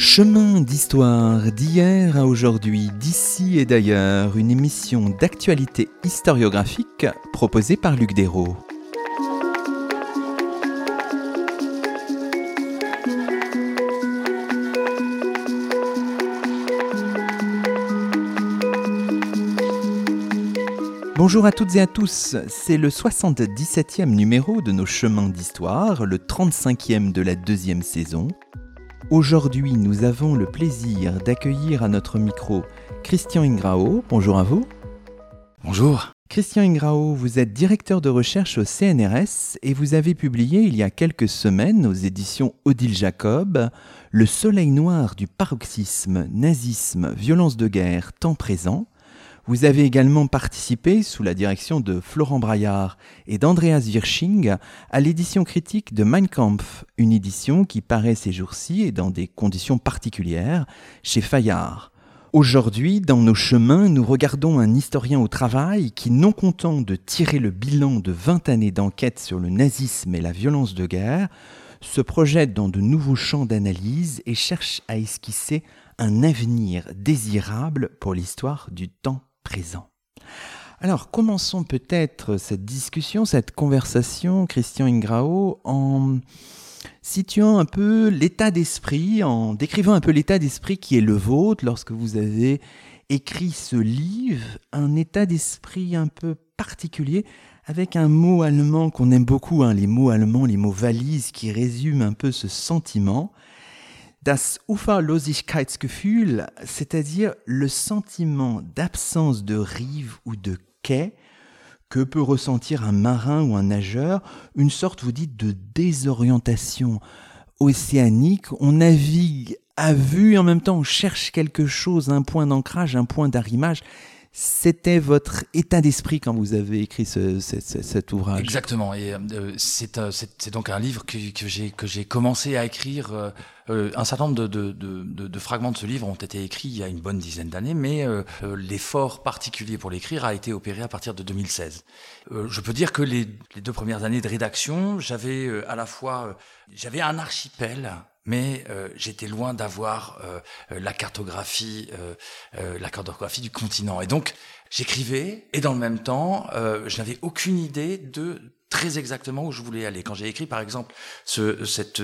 Chemin d'histoire d'hier à aujourd'hui, d'ici et d'ailleurs, une émission d'actualité historiographique proposée par Luc Dérault. Bonjour à toutes et à tous, c'est le 77e numéro de nos Chemins d'histoire, le 35e de la deuxième saison. Aujourd'hui, nous avons le plaisir d'accueillir à notre micro Christian Ingrao. Bonjour à vous. Bonjour. Christian Ingrao, vous êtes directeur de recherche au CNRS et vous avez publié il y a quelques semaines aux éditions Odile Jacob « Le soleil noir du paroxysme, nazisme, violence de guerre, temps présent ». Vous avez également participé, sous la direction de Florent Braillard et d'Andreas Wirsching, à l'édition critique de Mein Kampf, une édition qui paraît ces jours-ci et dans des conditions particulières chez Fayard. Aujourd'hui, dans nos chemins, nous regardons un historien au travail qui, non content de tirer le bilan de 20 années d'enquête sur le nazisme et la violence de guerre, se projette dans de nouveaux champs d'analyse et cherche à esquisser un avenir désirable pour l'histoire du temps présent. Alors, commençons peut-être cette discussion, cette conversation, Christian Ingrao, en situant un peu l'état d'esprit, en décrivant un peu l'état d'esprit qui est le vôtre lorsque vous avez écrit ce livre, un état d'esprit un peu particulier, avec un mot allemand qu'on aime beaucoup, les mots allemands, les mots valises qui résument un peu ce sentiment. Das Uferlosigkeitsgefühl, c'est-à-dire le sentiment d'absence de rive ou de quai que peut ressentir un marin ou un nageur, une sorte, vous dites, de désorientation océanique. On navigue à vue et en même temps on cherche quelque chose, un point d'ancrage, un point d'arrimage. C'était votre état d'esprit quand vous avez écrit cet ouvrage. Exactement, et c'est donc un livre que j'ai commencé à écrire. Un certain nombre de fragments de ce livre ont été écrits il y a une bonne dizaine d'années, mais l'effort particulier pour l'écrire a été opéré à partir de 2016. Je peux dire que les 2 premières années de rédaction, j'avais un archipel, mais j'étais loin d'avoir la cartographie du continent. Et donc, j'écrivais, et dans le même temps, je n'avais aucune idée de très exactement où je voulais aller. Quand j'ai écrit, par exemple, ce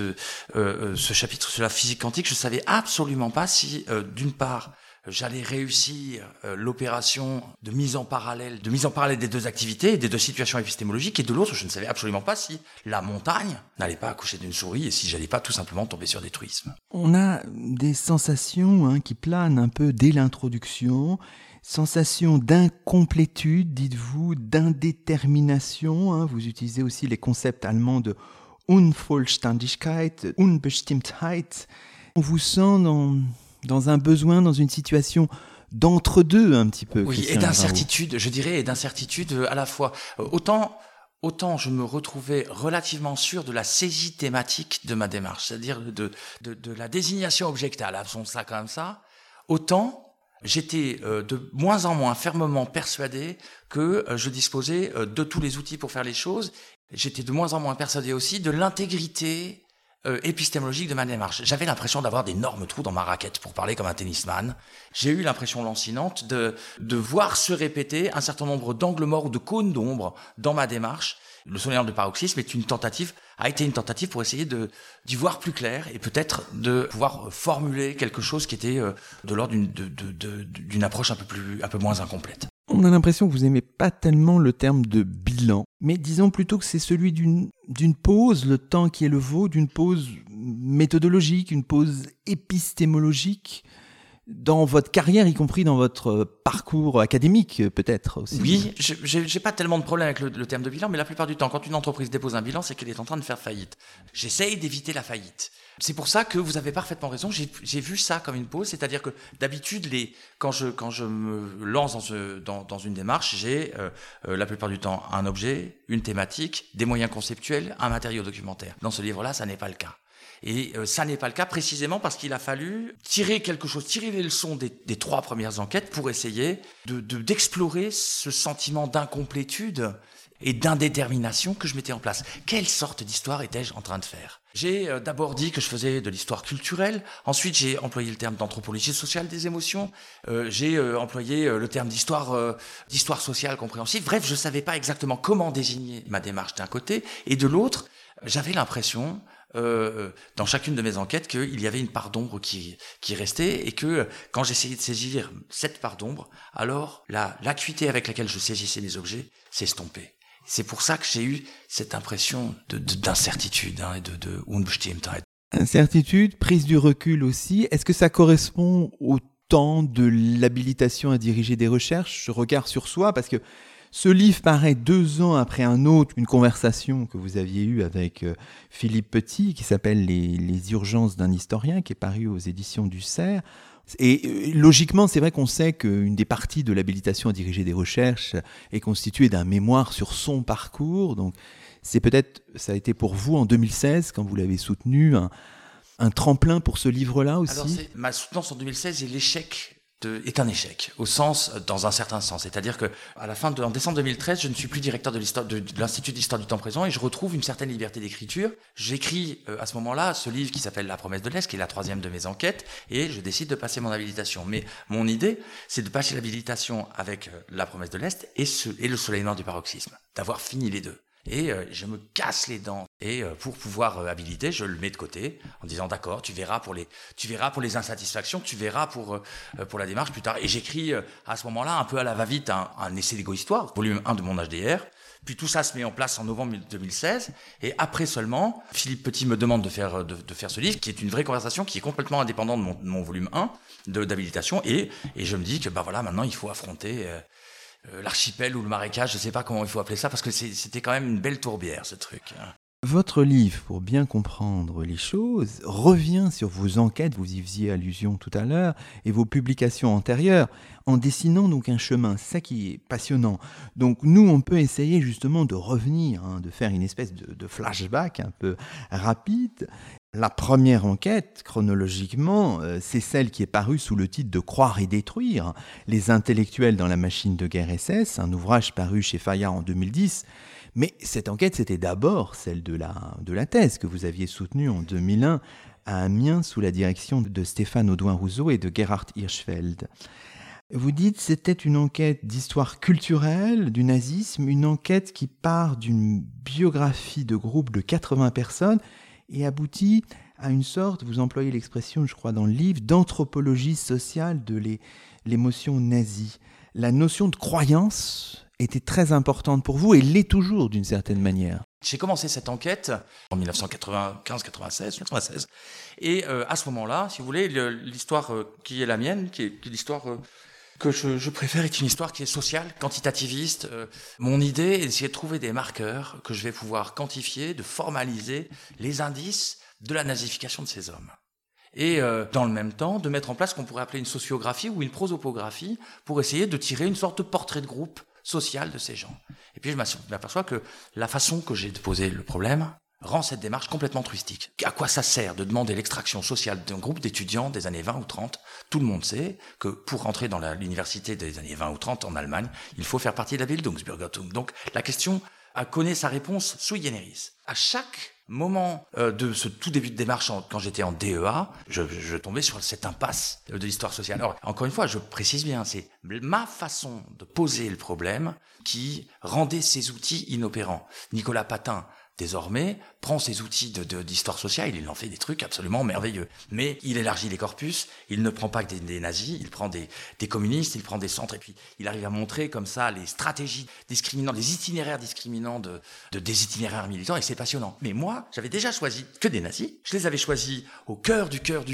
chapitre sur la physique quantique, je savais absolument pas si, d'une part, j'allais réussir l'opération de mise en parallèle des deux activités et des deux situations épistémologiques, et de l'autre, je ne savais absolument pas si la montagne n'allait pas accoucher d'une souris et si j'allais pas tout simplement tomber sur des truismes. On a des sensations qui planent un peu dès l'introduction, sensation d'incomplétude, dites-vous, d'indétermination. Vous utilisez aussi les concepts allemands de Unvollständigkeit, Unbestimmtheit. On vous sent dans un besoin, dans une situation d'entre-deux un petit peu. Oui, et d'incertitude, je dirais, et d'incertitude à la fois. Autant je me retrouvais relativement sûr de la saisie thématique de ma démarche, c'est-à-dire de la désignation objectale, appelons ça comme ça, autant j'étais de moins en moins fermement persuadé que je disposais de tous les outils pour faire les choses. J'étais de moins en moins persuadé aussi de l'intégrité épistémologique de ma démarche. J'avais l'impression d'avoir d'énormes trous dans ma raquette, pour parler comme un tennisman. J'ai eu l'impression lancinante de voir se répéter un certain nombre d'angles morts ou de cônes d'ombre dans ma démarche. Le soleil noir du paroxysme a été une tentative pour essayer d'y voir plus clair et peut-être de pouvoir formuler quelque chose qui était de l'ordre d'une approche un peu moins incomplète. On a l'impression que vous n'aimez pas tellement le terme de bilan, mais disons plutôt que c'est celui d'une pause, le temps qui est le vôtre, d'une pause méthodologique, une pause épistémologique dans votre carrière, y compris dans votre parcours académique peut-être aussi. Oui, j'ai pas tellement de problème avec le terme de bilan, mais la plupart du temps, quand une entreprise dépose un bilan, c'est qu'elle est en train de faire faillite. J'essaye d'éviter la faillite. C'est pour ça que vous avez parfaitement raison, j'ai vu ça comme une pause, c'est-à-dire que d'habitude, quand je me lance dans une démarche, j'ai la plupart du temps un objet, une thématique, des moyens conceptuels, un matériau documentaire. Dans ce livre-là, ça n'est pas le cas. Et ça n'est pas le cas précisément parce qu'il a fallu tirer les leçons des 3 premières enquêtes pour essayer d'explorer ce sentiment d'incomplétude et d'indétermination que je mettais en place. Quelle sorte d'histoire étais-je en train de faire ? J'ai d'abord dit que je faisais de l'histoire culturelle. Ensuite, j'ai employé le terme d'anthropologie sociale des émotions. J'ai employé le terme d'histoire sociale compréhensive. Bref, je savais pas exactement comment désigner ma démarche d'un côté. Et de l'autre, j'avais l'impression, dans chacune de mes enquêtes, qu'il y avait une part d'ombre qui restait et que quand j'essayais de saisir cette part d'ombre, alors l'acuité avec laquelle je saisissais mes objets s'estompait. C'est pour ça que j'ai eu cette impression d'incertitude et de Unbestimmtheit. Incertitude, prise du recul aussi. Est-ce que ça correspond au temps de l'habilitation à diriger des recherches, ce regard sur soi ? Parce que ce livre paraît 2 ans après une conversation que vous aviez eue avec Philippe Petit, qui s'appelle Les urgences d'un historien, qui est paru aux éditions du Cerf. Et logiquement, c'est vrai qu'on sait qu'une des parties de l'habilitation à diriger des recherches est constituée d'un mémoire sur son parcours. Donc, ça a été pour vous en 2016, quand vous l'avez soutenu, un tremplin pour ce livre-là aussi. Alors, ma soutenance en 2016 est un échec, dans un certain sens. C'est-à-dire que, en décembre 2013, je ne suis plus directeur de l'Institut d'histoire du temps présent et je retrouve une certaine liberté d'écriture. J'écris à ce moment-là ce livre qui s'appelle La promesse de l'Est, qui est la 3e de mes enquêtes, et je décide de passer mon habilitation. Mais mon idée, c'est de passer l'habilitation avec La promesse de l'Est et Le soleil noir du paroxysme, d'avoir fini les deux. Et je me casse les dents. Et pour pouvoir habiliter, je le mets de côté en disant d'accord, tu verras pour les insatisfactions, tu verras pour la démarche plus tard. Et j'écris à ce moment-là un peu à la va-vite un essai d'égo-histoire, volume 1 de mon HDR. Puis tout ça se met en place en novembre 2016. Et après seulement, Philippe Petit me demande de faire ce livre, qui est une vraie conversation, qui est complètement indépendant de mon volume 1 d'habilitation. Et je me dis que maintenant il faut affronter l'archipel ou le marécage, je sais pas comment il faut appeler ça, parce que c'était quand même une belle tourbière, ce truc. Votre livre, pour bien comprendre les choses, revient sur vos enquêtes, vous y faisiez allusion tout à l'heure, et vos publications antérieures, en dessinant donc un chemin. C'est ça qui est passionnant. Donc nous, on peut essayer justement de revenir, de faire une espèce de flashback un peu rapide. La première enquête, chronologiquement, c'est celle qui est parue sous le titre de « Croire et détruire », Les intellectuels dans la machine de guerre SS, un ouvrage paru chez Fayard en 2010. Mais cette enquête, c'était d'abord celle de la thèse que vous aviez soutenue en 2001 à Amiens sous la direction de Stéphane Audouin-Rousseau et de Gerhard Hirschfeld. Vous dites que c'était une enquête d'histoire culturelle du nazisme, une enquête qui part d'une biographie de groupe de 80 personnes et aboutit à une sorte, vous employez l'expression, je crois, dans le livre, d'anthropologie sociale de l'émotion nazie. La notion de croyance était très importante pour vous et l'est toujours d'une certaine manière. J'ai commencé cette enquête en 1995, 96, et à ce moment-là, si vous voulez, l'histoire qui est la mienne, qui est l'histoire que je préfère, est une histoire qui est sociale, quantitativiste. Mon idée est d'essayer de trouver des marqueurs que je vais pouvoir quantifier, de formaliser les indices de la nazification de ces hommes. Et dans le même temps, de mettre en place ce qu'on pourrait appeler une sociographie ou une prosopographie pour essayer de tirer une sorte de portrait de groupe social de ces gens. Et puis je m'aperçois que la façon que j'ai de poser le problème rend cette démarche complètement truistique. À quoi ça sert de demander l'extraction sociale d'un groupe d'étudiants des années 20 ou 30 ? Tout le monde sait que pour rentrer dans l'université des années 20 ou 30 en Allemagne, il faut faire partie de la Bildungsbürgertum. Donc la question connaît sa réponse sui generis. À chaque moment de ce tout début de démarche, quand j'étais en DEA, je tombais sur cette impasse de l'histoire sociale. Alors, encore une fois, je précise bien, c'est ma façon de poser le problème qui rendait ces outils inopérants. Nicolas Patin, désormais, prend ces outils d'histoire sociale, il en fait des trucs absolument merveilleux. Mais il élargit les corpus, il ne prend pas que des nazis, il prend des communistes, il prend des centres, et puis il arrive à montrer comme ça les stratégies discriminantes, les itinéraires discriminants des itinéraires militants, et c'est passionnant. Mais moi, j'avais déjà choisi que des nazis, je les avais choisis au cœur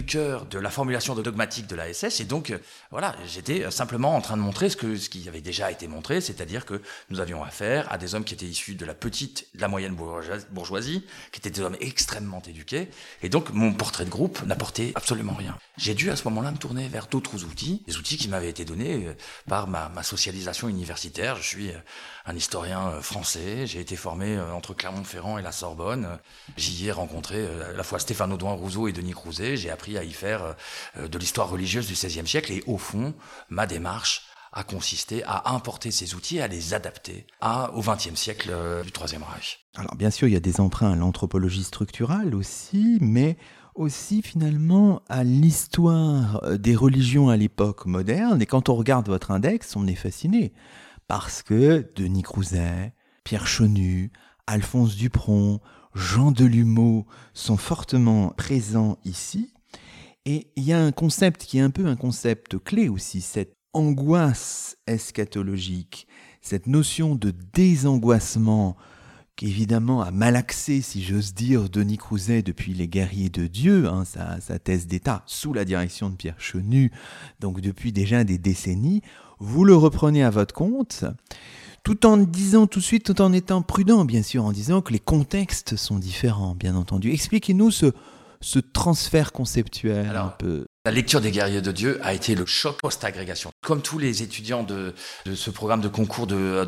de la formulation de dogmatique de la SS, et donc, voilà, j'étais simplement en train de montrer ce qui avait déjà été montré, c'est-à-dire que nous avions affaire à des hommes qui étaient issus de la moyenne bourgeoisie, qui étaient des hommes extrêmement éduqués, et donc mon portrait de groupe n'apportait absolument rien. J'ai dû à ce moment-là me tourner vers d'autres outils, des outils qui m'avaient été donnés par ma socialisation universitaire. Je suis un historien français, j'ai été formé entre Clermont-Ferrand et la Sorbonne, j'y ai rencontré à la fois Stéphane Audouin-Rousseau et Denis Crouzet, j'ai appris à y faire de l'histoire religieuse du XVIe siècle, et au fond, ma démarche a consisté à importer ces outils et à les adapter au XXe siècle du Troisième Reich. Alors bien sûr, il y a des emprunts à l'anthropologie structurale aussi, mais aussi finalement à l'histoire des religions à l'époque moderne. Et quand on regarde votre index, on est fasciné. Parce que Denis Crouzet, Pierre Chonu, Alphonse Dupron, Jean Delumeau sont fortement présents ici. Et il y a un concept qui est un peu un concept clé aussi, cette angoisse eschatologique, cette notion de désangoissement qui évidemment a malaxé, si j'ose dire, Denis Crouzet depuis Les Guerriers de Dieu, sa thèse d'État, sous la direction de Pierre Chenu, donc depuis déjà des décennies. Vous le reprenez à votre compte, tout en disant tout de suite, tout en étant prudent, bien sûr, en disant que les contextes sont différents, bien entendu. Expliquez-nous ce transfert conceptuel. Alors, un peu. La lecture des Guerriers de Dieu a été le choc post-agrégation. Comme tous les étudiants de ce programme de concours de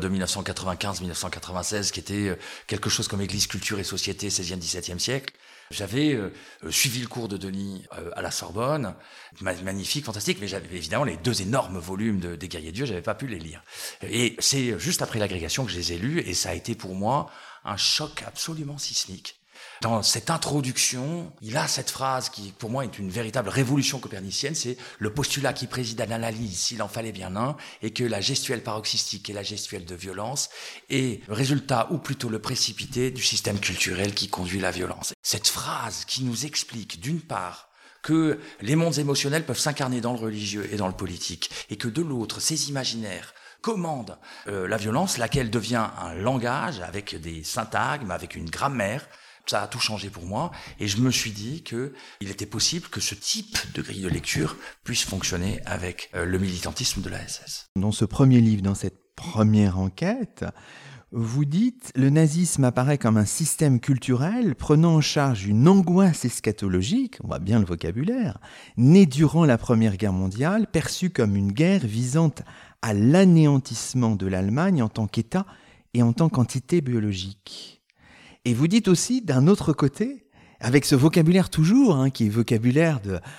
1995-1996, qui était quelque chose comme Église, culture et société, 16e, 17e siècle, j'avais suivi le cours de Denis à la Sorbonne, magnifique, fantastique, mais j'avais évidemment les 2 énormes volumes des Guerriers de Dieu, j'avais pas pu les lire. Et c'est juste après l'agrégation que je les ai lus, et ça a été pour moi un choc absolument sismique. Dans cette introduction, il a cette phrase qui, pour moi, est une véritable révolution copernicienne, c'est le postulat qui préside à l'analyse, s'il en fallait bien un, et que la gestuelle paroxystique et la gestuelle de violence est le résultat, ou plutôt le précipité, du système culturel qui conduit la violence. Cette phrase qui nous explique, d'une part, que les mondes émotionnels peuvent s'incarner dans le religieux et dans le politique, et que de l'autre, ces imaginaires commandent la violence, laquelle devient un langage avec des syntagmes, avec une grammaire. Ça a tout changé pour moi et je me suis dit qu'il était possible que ce type de grille de lecture puisse fonctionner avec le militantisme de la SS. Dans ce premier livre, dans cette première enquête, vous dites « Le nazisme apparaît comme un système culturel prenant en charge une angoisse eschatologique, on voit bien le vocabulaire, née durant la Première Guerre mondiale, perçue comme une guerre visant à l'anéantissement de l'Allemagne en tant qu'État et en tant qu'entité biologique. » Et vous dites aussi, d'un autre côté, avec ce vocabulaire toujours, qui est vocabulaire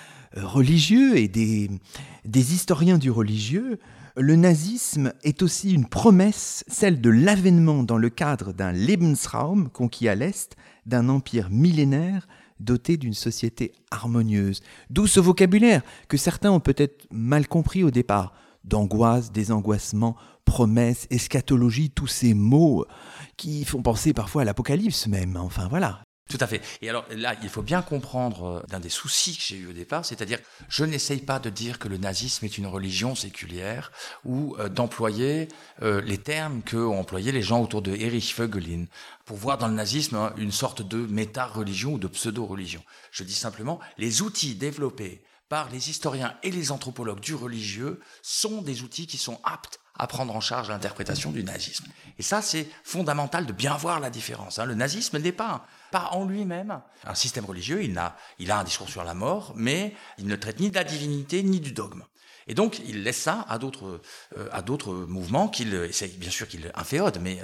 religieux et des historiens du religieux, le nazisme est aussi une promesse, celle de l'avènement dans le cadre d'un Lebensraum conquis à l'Est, d'un empire millénaire doté d'une société harmonieuse. D'où ce vocabulaire que certains ont peut-être mal compris au départ. D'angoisse, désangoissement, promesse, eschatologie, tous ces mots qui font penser parfois à l'Apocalypse même. Enfin voilà. Tout à fait. Et alors là, il faut bien comprendre d'un des soucis que j'ai eu au départ, c'est-à-dire je n'essaye pas de dire que le nazisme est une religion séculière ou d'employer les termes qu'ont employés les gens autour de Erich Voegelin pour voir dans le nazisme une sorte de méta-religion ou de pseudo-religion. Je dis simplement les outils développés par les historiens et les anthropologues du religieux sont des outils qui sont aptes à prendre en charge l'interprétation du nazisme. Et ça, c'est fondamental de bien voir la différence. Le nazisme n'est pas en lui-même un système religieux, il a un discours sur la mort, mais il ne traite ni de la divinité ni du dogme. Et donc, il laisse ça à d'autres mouvements qu'il essaye, bien sûr qu'il inféode, mais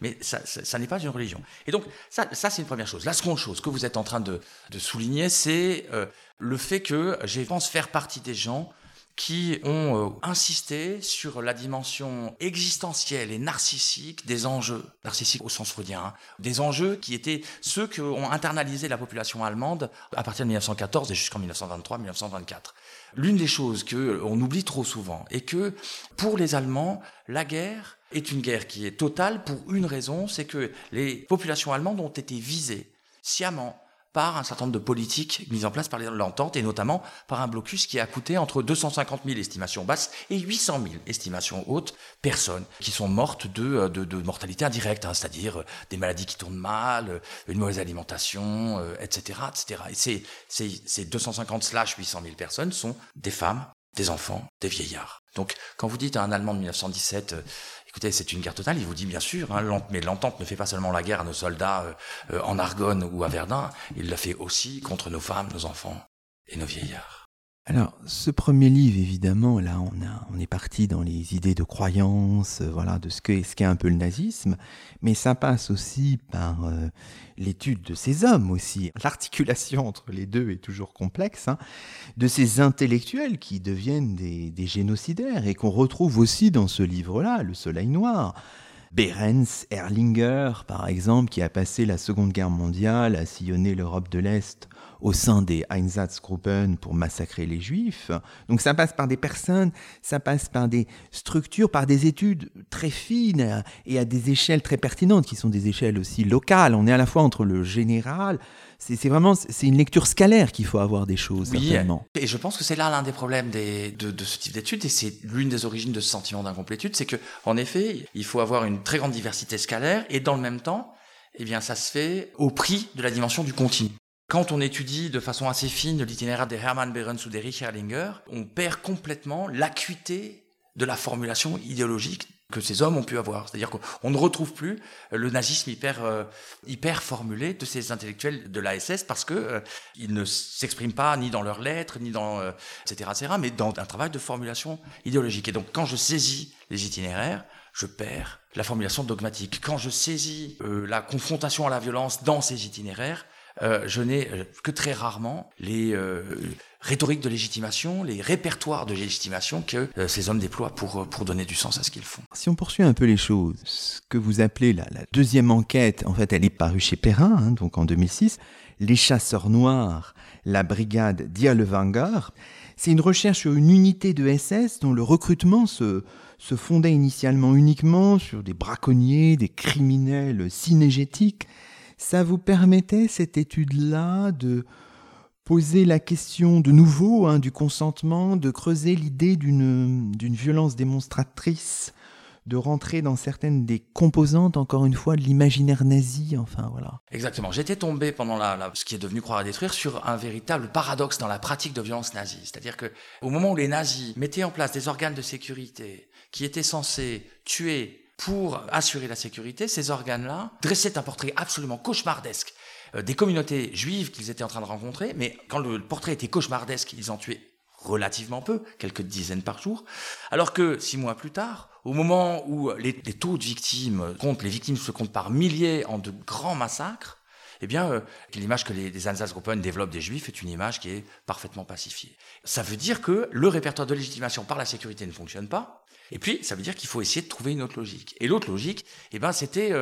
ça n'est pas une religion. Et donc, ça c'est une première chose. La seconde chose que vous êtes en train de souligner, c'est le fait que je pense faire partie des gens qui ont insisté sur la dimension existentielle et narcissique des enjeux, narcissiques au sens freudien, des enjeux qui étaient ceux qu'ont internalisé la population allemande à partir de 1914 et jusqu'en 1923-1924. L'une des choses qu'on oublie trop souvent est que pour les Allemands, la guerre est une guerre qui est totale pour une raison, c'est que les populations allemandes ont été visées sciemment par un certain nombre de politiques mises en place par l'entente, et notamment par un blocus qui a coûté entre 250 000 estimations basses et 800 000 estimations hautes personnes qui sont mortes de mortalité indirecte, c'est-à-dire des maladies qui tournent mal, une mauvaise alimentation, etc., etc. Et ces 250/800 000 personnes sont des femmes, des enfants, des vieillards. Donc, quand vous dites à un Allemand de 1917, écoutez, c'est une guerre totale, il vous dit bien sûr, mais l'entente ne fait pas seulement la guerre à nos soldats en Argonne ou à Verdun, il la fait aussi contre nos femmes, nos enfants et nos vieillards. Alors, ce premier livre, évidemment, là, on est parti dans les idées de croyance, voilà, de ce qu'est un peu le nazisme, mais ça passe aussi par l'étude de ces hommes aussi. L'articulation entre les deux est toujours complexe, hein, de ces intellectuels qui deviennent des génocidaires et qu'on retrouve aussi dans ce livre-là, Le Soleil Noir. Behrens, Erlinger, par exemple, qui a passé la Seconde Guerre mondiale à sillonner l'Europe de l'Est au sein des Einsatzgruppen pour massacrer les Juifs. Donc ça passe par des personnes, ça passe par des structures, par des études très fines et à des échelles très pertinentes, qui sont des échelles aussi locales. On est à la fois entre le général, c'est une lecture scalaire qu'il faut avoir des choses, Oui, certainement. et je pense que c'est là l'un des problèmes de ce type d'études, et c'est l'une des origines de ce sentiment d'incomplétude, c'est que, en effet, il faut avoir une très grande diversité scalaire, et dans le même temps, eh bien, ça se fait au prix de la dimension du continu. Quand on étudie de façon assez fine l'itinéraire des Hermann Behrens ou d'Erich Erlinger, on perd complètement l'acuité de la formulation idéologique que ces hommes ont pu avoir. C'est-à-dire qu'on ne retrouve plus le nazisme hyper formulé de ces intellectuels de l'ASS parce que ils ne s'expriment pas ni dans leurs lettres, ni dans etc., mais dans un travail de formulation idéologique. Et donc, quand je saisis les itinéraires, je perds la formulation dogmatique. Quand je saisis la confrontation à la violence dans ces itinéraires, je n'ai que très rarement les rhétoriques de légitimation, les répertoires de légitimation que ces hommes déploient pour donner du sens à ce qu'ils font. Si on poursuit un peu les choses, ce que vous appelez la deuxième enquête, en fait, elle est parue chez Perrin, hein, donc en 2006, Les chasseurs noirs, la brigade Dirlewanger. C'est une recherche sur une unité de SS dont le recrutement se fondait initialement uniquement sur des braconniers, des criminels cinégétiques. Ça vous permettait, cette étude-là, de poser la question de nouveau du consentement, de creuser l'idée d'une violence démonstratrice, de rentrer dans certaines des composantes, encore une fois, de l'imaginaire nazi, enfin voilà. Exactement. J'étais tombé pendant ce qui est devenu Croire et détruire sur un véritable paradoxe dans la pratique de violence nazie. C'est-à-dire que au moment où les nazis mettaient en place des organes de sécurité qui étaient censés tuer pour assurer la sécurité, ces organes-là dressaient un portrait absolument cauchemardesque des communautés juives qu'ils étaient en train de rencontrer, mais quand le portrait était cauchemardesque, ils en tuaient relativement peu, quelques dizaines par jour, alors que 6 mois plus tard, au moment où les taux de victimes les victimes se comptent par milliers en de grands massacres, eh bien, l'image que les Einsatzgruppen développent des Juifs est une image qui est parfaitement pacifiée. Ça veut dire que le répertoire de légitimation par la sécurité ne fonctionne pas, et puis ça veut dire qu'il faut essayer de trouver une autre logique. Et l'autre logique, eh ben, c'est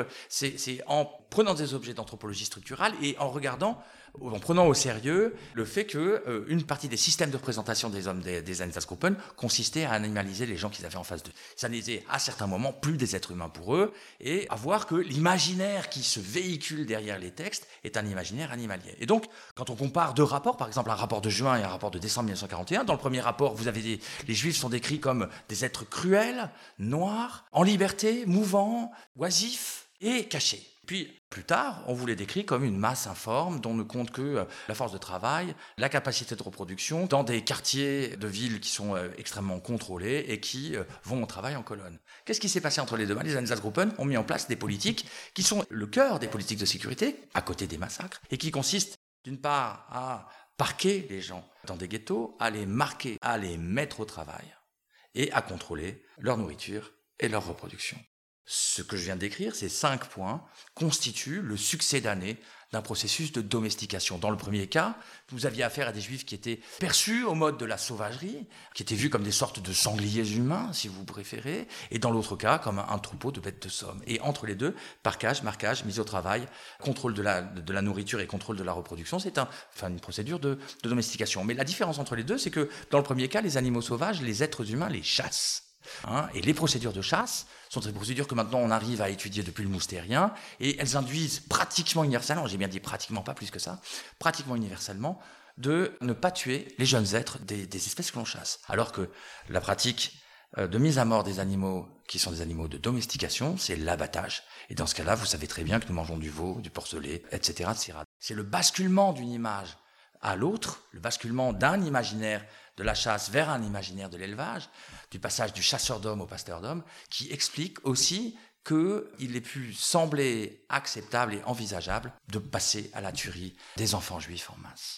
en prenant des objets d'anthropologie structurale et en prenant au sérieux le fait que une partie des systèmes de représentation des hommes des Einsatzgruppen consistait à animaliser les gens qu'ils avaient en face d'eux. Ça n'était à certains moments plus des êtres humains pour eux, et à voir que l'imaginaire qui se véhicule derrière les textes est un imaginaire animalier. Et donc, quand on compare deux rapports, par exemple un rapport de juin et un rapport de décembre 1941, dans le premier rapport, vous avez les Juifs sont décrits comme des êtres cruels, noirs, en liberté, mouvants, oisifs et cachés. Puis, plus tard, on vous les décrit comme une masse informe dont ne compte que la force de travail, la capacité de reproduction, dans des quartiers de villes qui sont extrêmement contrôlés et qui vont au travail en colonne. Qu'est-ce qui s'est passé entre les deux? Les Einsatzgruppen ont mis en place des politiques qui sont le cœur des politiques de sécurité, à côté des massacres, et qui consistent, d'une part, à parquer les gens dans des ghettos, à les marquer, à les mettre au travail, et à contrôler leur nourriture et leur reproduction. Ce que je viens de décrire, ces 5 points, constituent le succès d'année d'un processus de domestication. Dans le premier cas, vous aviez affaire à des Juifs qui étaient perçus au mode de la sauvagerie, qui étaient vus comme des sortes de sangliers humains, si vous préférez, et dans l'autre cas, comme un troupeau de bêtes de somme. Et entre les deux, parquage, marquage, mise au travail, contrôle de la nourriture et contrôle de la reproduction, c'est une procédure de domestication. Mais la différence entre les deux, c'est que dans le premier cas, les animaux sauvages, les êtres humains les chassent. Et les procédures de chasse sont des procédures que maintenant on arrive à étudier depuis le Moustérien, et elles induisent pratiquement universellement, j'ai bien dit pratiquement, pas plus que ça, pratiquement universellement, de ne pas tuer les jeunes êtres des espèces que l'on chasse. Alors que la pratique de mise à mort des animaux qui sont des animaux de domestication, c'est l'abattage. Et dans ce cas-là, vous savez très bien que nous mangeons du veau, du porcelet, etc., etc. C'est le basculement d'une image à l'autre, le basculement d'un imaginaire de la chasse vers un imaginaire de l'élevage, du passage du chasseur d'hommes au pasteur d'hommes, qui explique aussi qu'il ait pu sembler acceptable et envisageable de passer à la tuerie des enfants juifs en masse.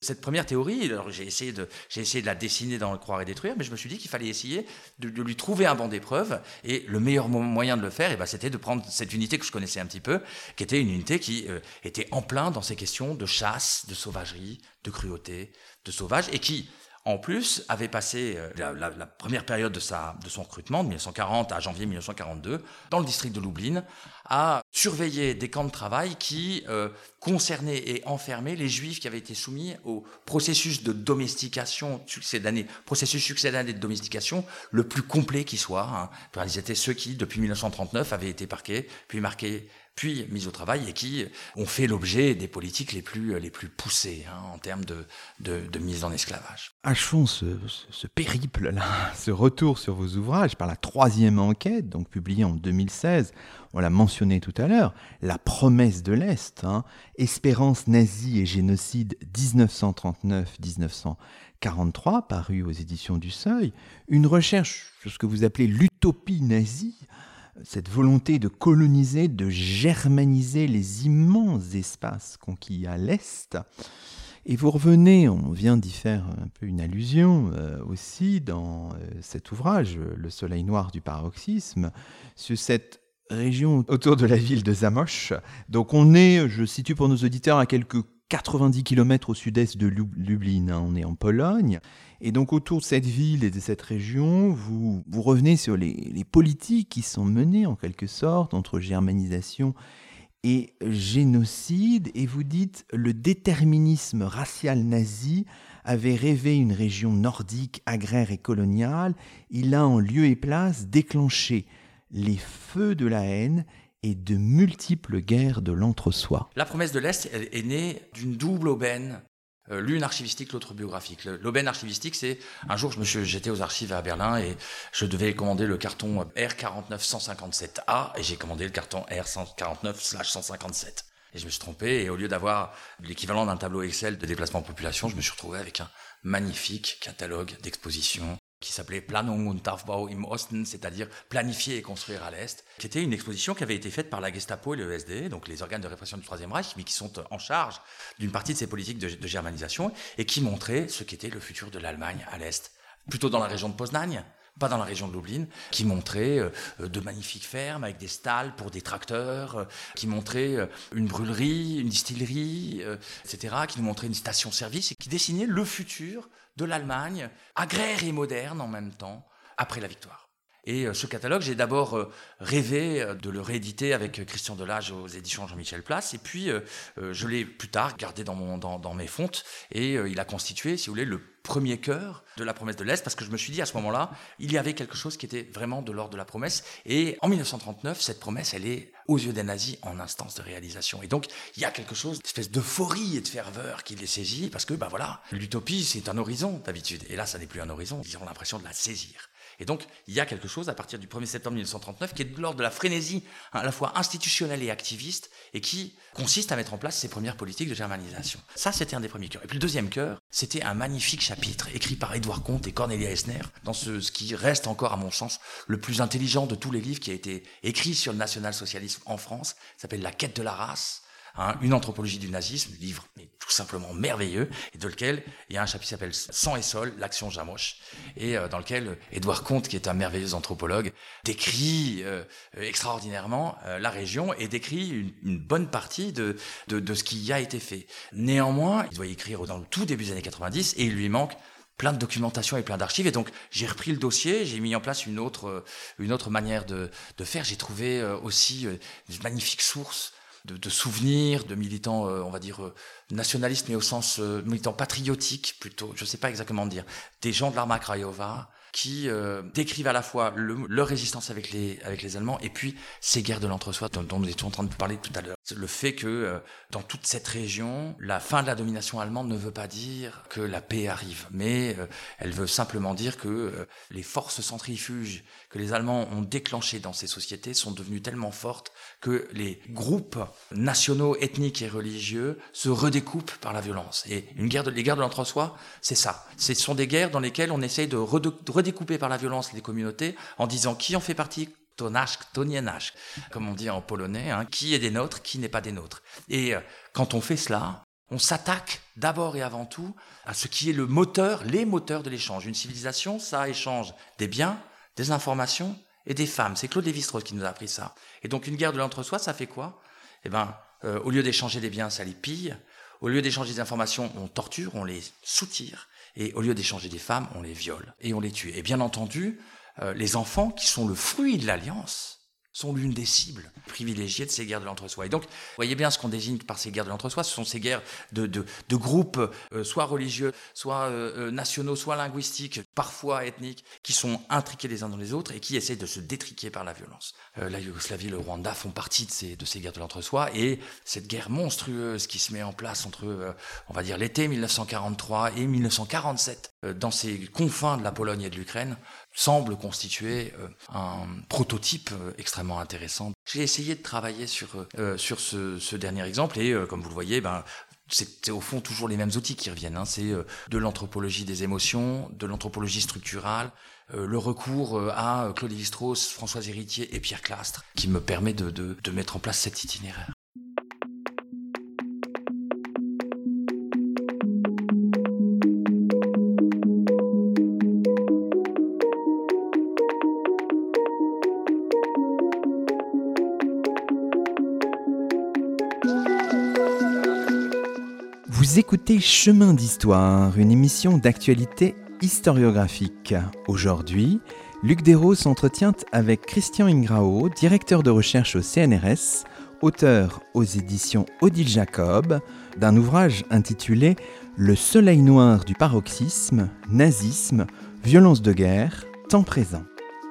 Cette première théorie, alors j'ai essayé de la dessiner dans le Croire et détruire, mais je me suis dit qu'il fallait essayer de lui trouver un banc d'épreuves. Et le meilleur moyen de le faire, c'était de prendre cette unité que je connaissais un petit peu, qui était une unité qui était en plein dans ces questions de chasse, de sauvagerie, de cruauté, de sauvage, et qui, en plus, avait passé la première période de son recrutement, de 1940 à janvier 1942, dans le district de Lublin, à surveiller des camps de travail qui concernaient et enfermaient les Juifs qui avaient été soumis au processus de domestication succédané de domestication le plus complet qui soit. Ils étaient ceux qui, depuis 1939, avaient été parqués, puis mis au travail et qui ont fait l'objet des politiques les plus poussées en termes de mise en esclavage. Achevons ce périple-là, ce retour sur vos ouvrages par la 3e enquête, donc publiée en 2016. On l'a mentionné tout à l'heure, La promesse de l'Est, Espérance nazie et génocide 1939-1943, paru aux éditions du Seuil. Une recherche sur ce que vous appelez l'utopie nazie, cette volonté de coloniser, de germaniser les immenses espaces conquis à l'Est. Et vous revenez, on vient d'y faire un peu une allusion aussi dans cet ouvrage, Le soleil noir du paroxysme, sur cette région autour de la ville de Zamość. Donc on est, je situe pour nos auditeurs, à quelques 90 km au sud-est de Lublin, on est en Pologne. Et donc autour de cette ville et de cette région, vous revenez sur les politiques qui sont menées en quelque sorte entre germanisation et génocide, et vous dites le déterminisme racial nazi avait rêvé une région nordique, agraire et coloniale. Il a en lieu et place déclenché les feux de la haine et de multiples guerres de l'entre-soi. La promesse de l'Est est née d'une double aubaine, l'une archivistique, l'autre biographique. L'aubaine archivistique, c'est un jour j'étais aux archives à Berlin et je devais commander le carton R49157A et j'ai commandé le carton R149/157. Et je me suis trompé et au lieu d'avoir l'équivalent d'un tableau Excel de déplacement population, je me suis retrouvé avec un magnifique catalogue d'expositions qui s'appelait Planung und Aufbau im Osten, c'est-à-dire planifier et construire à l'Est, qui était une exposition qui avait été faite par la Gestapo et le SD, donc les organes de répression du Troisième Reich, mais qui sont en charge d'une partie de ces politiques de germanisation, et qui montraient ce qu'était le futur de l'Allemagne à l'Est, plutôt dans la région de Poznań, pas dans la région de Lublin, qui montrait de magnifiques fermes avec des stalles pour des tracteurs, qui montrait une brûlerie, une distillerie, etc., qui nous montrait une station-service et qui dessinait le futur de l'Allemagne, agraire et moderne en même temps, après la victoire. Et ce catalogue, j'ai d'abord rêvé de le rééditer avec Christian Delage aux éditions Jean-Michel Place, et puis je l'ai plus tard gardé dans mes fontes, et il a constitué, si vous voulez, le premier cœur de la promesse de l'Est, parce que je me suis dit à ce moment-là, il y avait quelque chose qui était vraiment de l'ordre de la promesse, et en 1939, cette promesse, elle est, aux yeux des nazis, en instance de réalisation. Et donc, il y a quelque chose, une espèce d'euphorie et de ferveur qui les saisit, parce que, l'utopie, c'est un horizon, d'habitude, et là, ça n'est plus un horizon, ils ont l'impression de la saisir. Et donc, il y a quelque chose à partir du 1er septembre 1939 qui est de l'ordre de la frénésie à la fois institutionnelle et activiste et qui consiste à mettre en place ces premières politiques de germanisation. Ça, c'était un des premiers cœurs. Et puis le deuxième cœur, c'était un magnifique chapitre écrit par Édouard Comte et Cornelia Eisner dans ce qui reste encore, à mon sens, le plus intelligent de tous les livres qui a été écrit sur le national-socialisme en France. Ça s'appelle La quête de la race. Une anthropologie du nazisme, livre mais tout simplement merveilleux, et de lequel il y a un chapitre qui s'appelle Sang et sol, l'action Zamość, et dans lequel Édouard Comte, qui est un merveilleux anthropologue, décrit extraordinairement la région et décrit une bonne partie de ce qui y a été fait. Néanmoins, il doit y écrire dans le tout début des années 90 et il lui manque plein de documentation et plein d'archives, et donc j'ai repris le dossier, j'ai mis en place une autre manière de faire. J'ai trouvé aussi de magnifiques sources de souvenirs de militants, nationalistes, mais au sens militants patriotiques plutôt, je ne sais pas exactement dire, des gens de l'Armia Krajowa qui décrivent à la fois leur résistance avec les Allemands et puis ces guerres de l'entre-soi dont nous étions en train de parler tout à l'heure. Le fait que dans toute cette région, la fin de la domination allemande ne veut pas dire que la paix arrive, mais elle veut simplement dire que les forces centrifuges que les Allemands ont déclenchées dans ces sociétés sont devenues tellement fortes que les groupes nationaux, ethniques et religieux se redécoupent par la violence. Et les guerres de l'entre-soi, c'est ça. Ce sont des guerres dans lesquelles on essaye de redécouper par la violence les communautés en disant qui en fait partie, to nasz, to nie nasz, comme on dit en polonais, qui est des nôtres, qui n'est pas des nôtres. Et quand on fait cela, on s'attaque d'abord et avant tout à ce qui est les moteurs de l'échange. Une civilisation, ça échange des biens, des informations et des femmes. C'est Claude Lévi-Strauss qui nous a appris ça. Et donc une guerre de l'entre-soi, ça fait quoi ? Au lieu d'échanger des biens, ça les pille. Au lieu d'échanger des informations, on torture, on les soutire. Et au lieu d'échanger des femmes, on les viole et on les tue. Et bien entendu, les enfants, qui sont le fruit de l'alliance, sont l'une des cibles privilégiées de ces guerres de l'entre-soi. Et donc, vous voyez bien ce qu'on désigne par ces guerres de l'entre-soi, ce sont ces guerres de groupes, soit religieux, soit nationaux, soit linguistiques, parfois ethniques, qui sont intriqués les uns dans les autres et qui essaient de se détriquer par la violence. La Yougoslavie, le Rwanda font partie de ces guerres de l'entre-soi, et cette guerre monstrueuse qui se met en place entre, on va dire, l'été 1943 et 1947, dans ces confins de la Pologne et de l'Ukraine, semble constituer un prototype extrêmement intéressant. J'ai essayé de travailler sur ce dernier exemple et comme vous le voyez, c'est au fond toujours les mêmes outils qui reviennent. C'est de l'anthropologie des émotions, de l'anthropologie structurale, le recours à Claude Lévi-Strauss, Françoise Héritier et Pierre Clastres qui me permet de mettre en place cet itinéraire. Vous écoutez Chemin d'Histoire, une émission d'actualité historiographique. Aujourd'hui, Luc Dérault s'entretient avec Christian Ingrao, directeur de recherche au CNRS, auteur aux éditions Odile Jacob d'un ouvrage intitulé « Le soleil noir du paroxysme, nazisme, violence de guerre, temps présent ».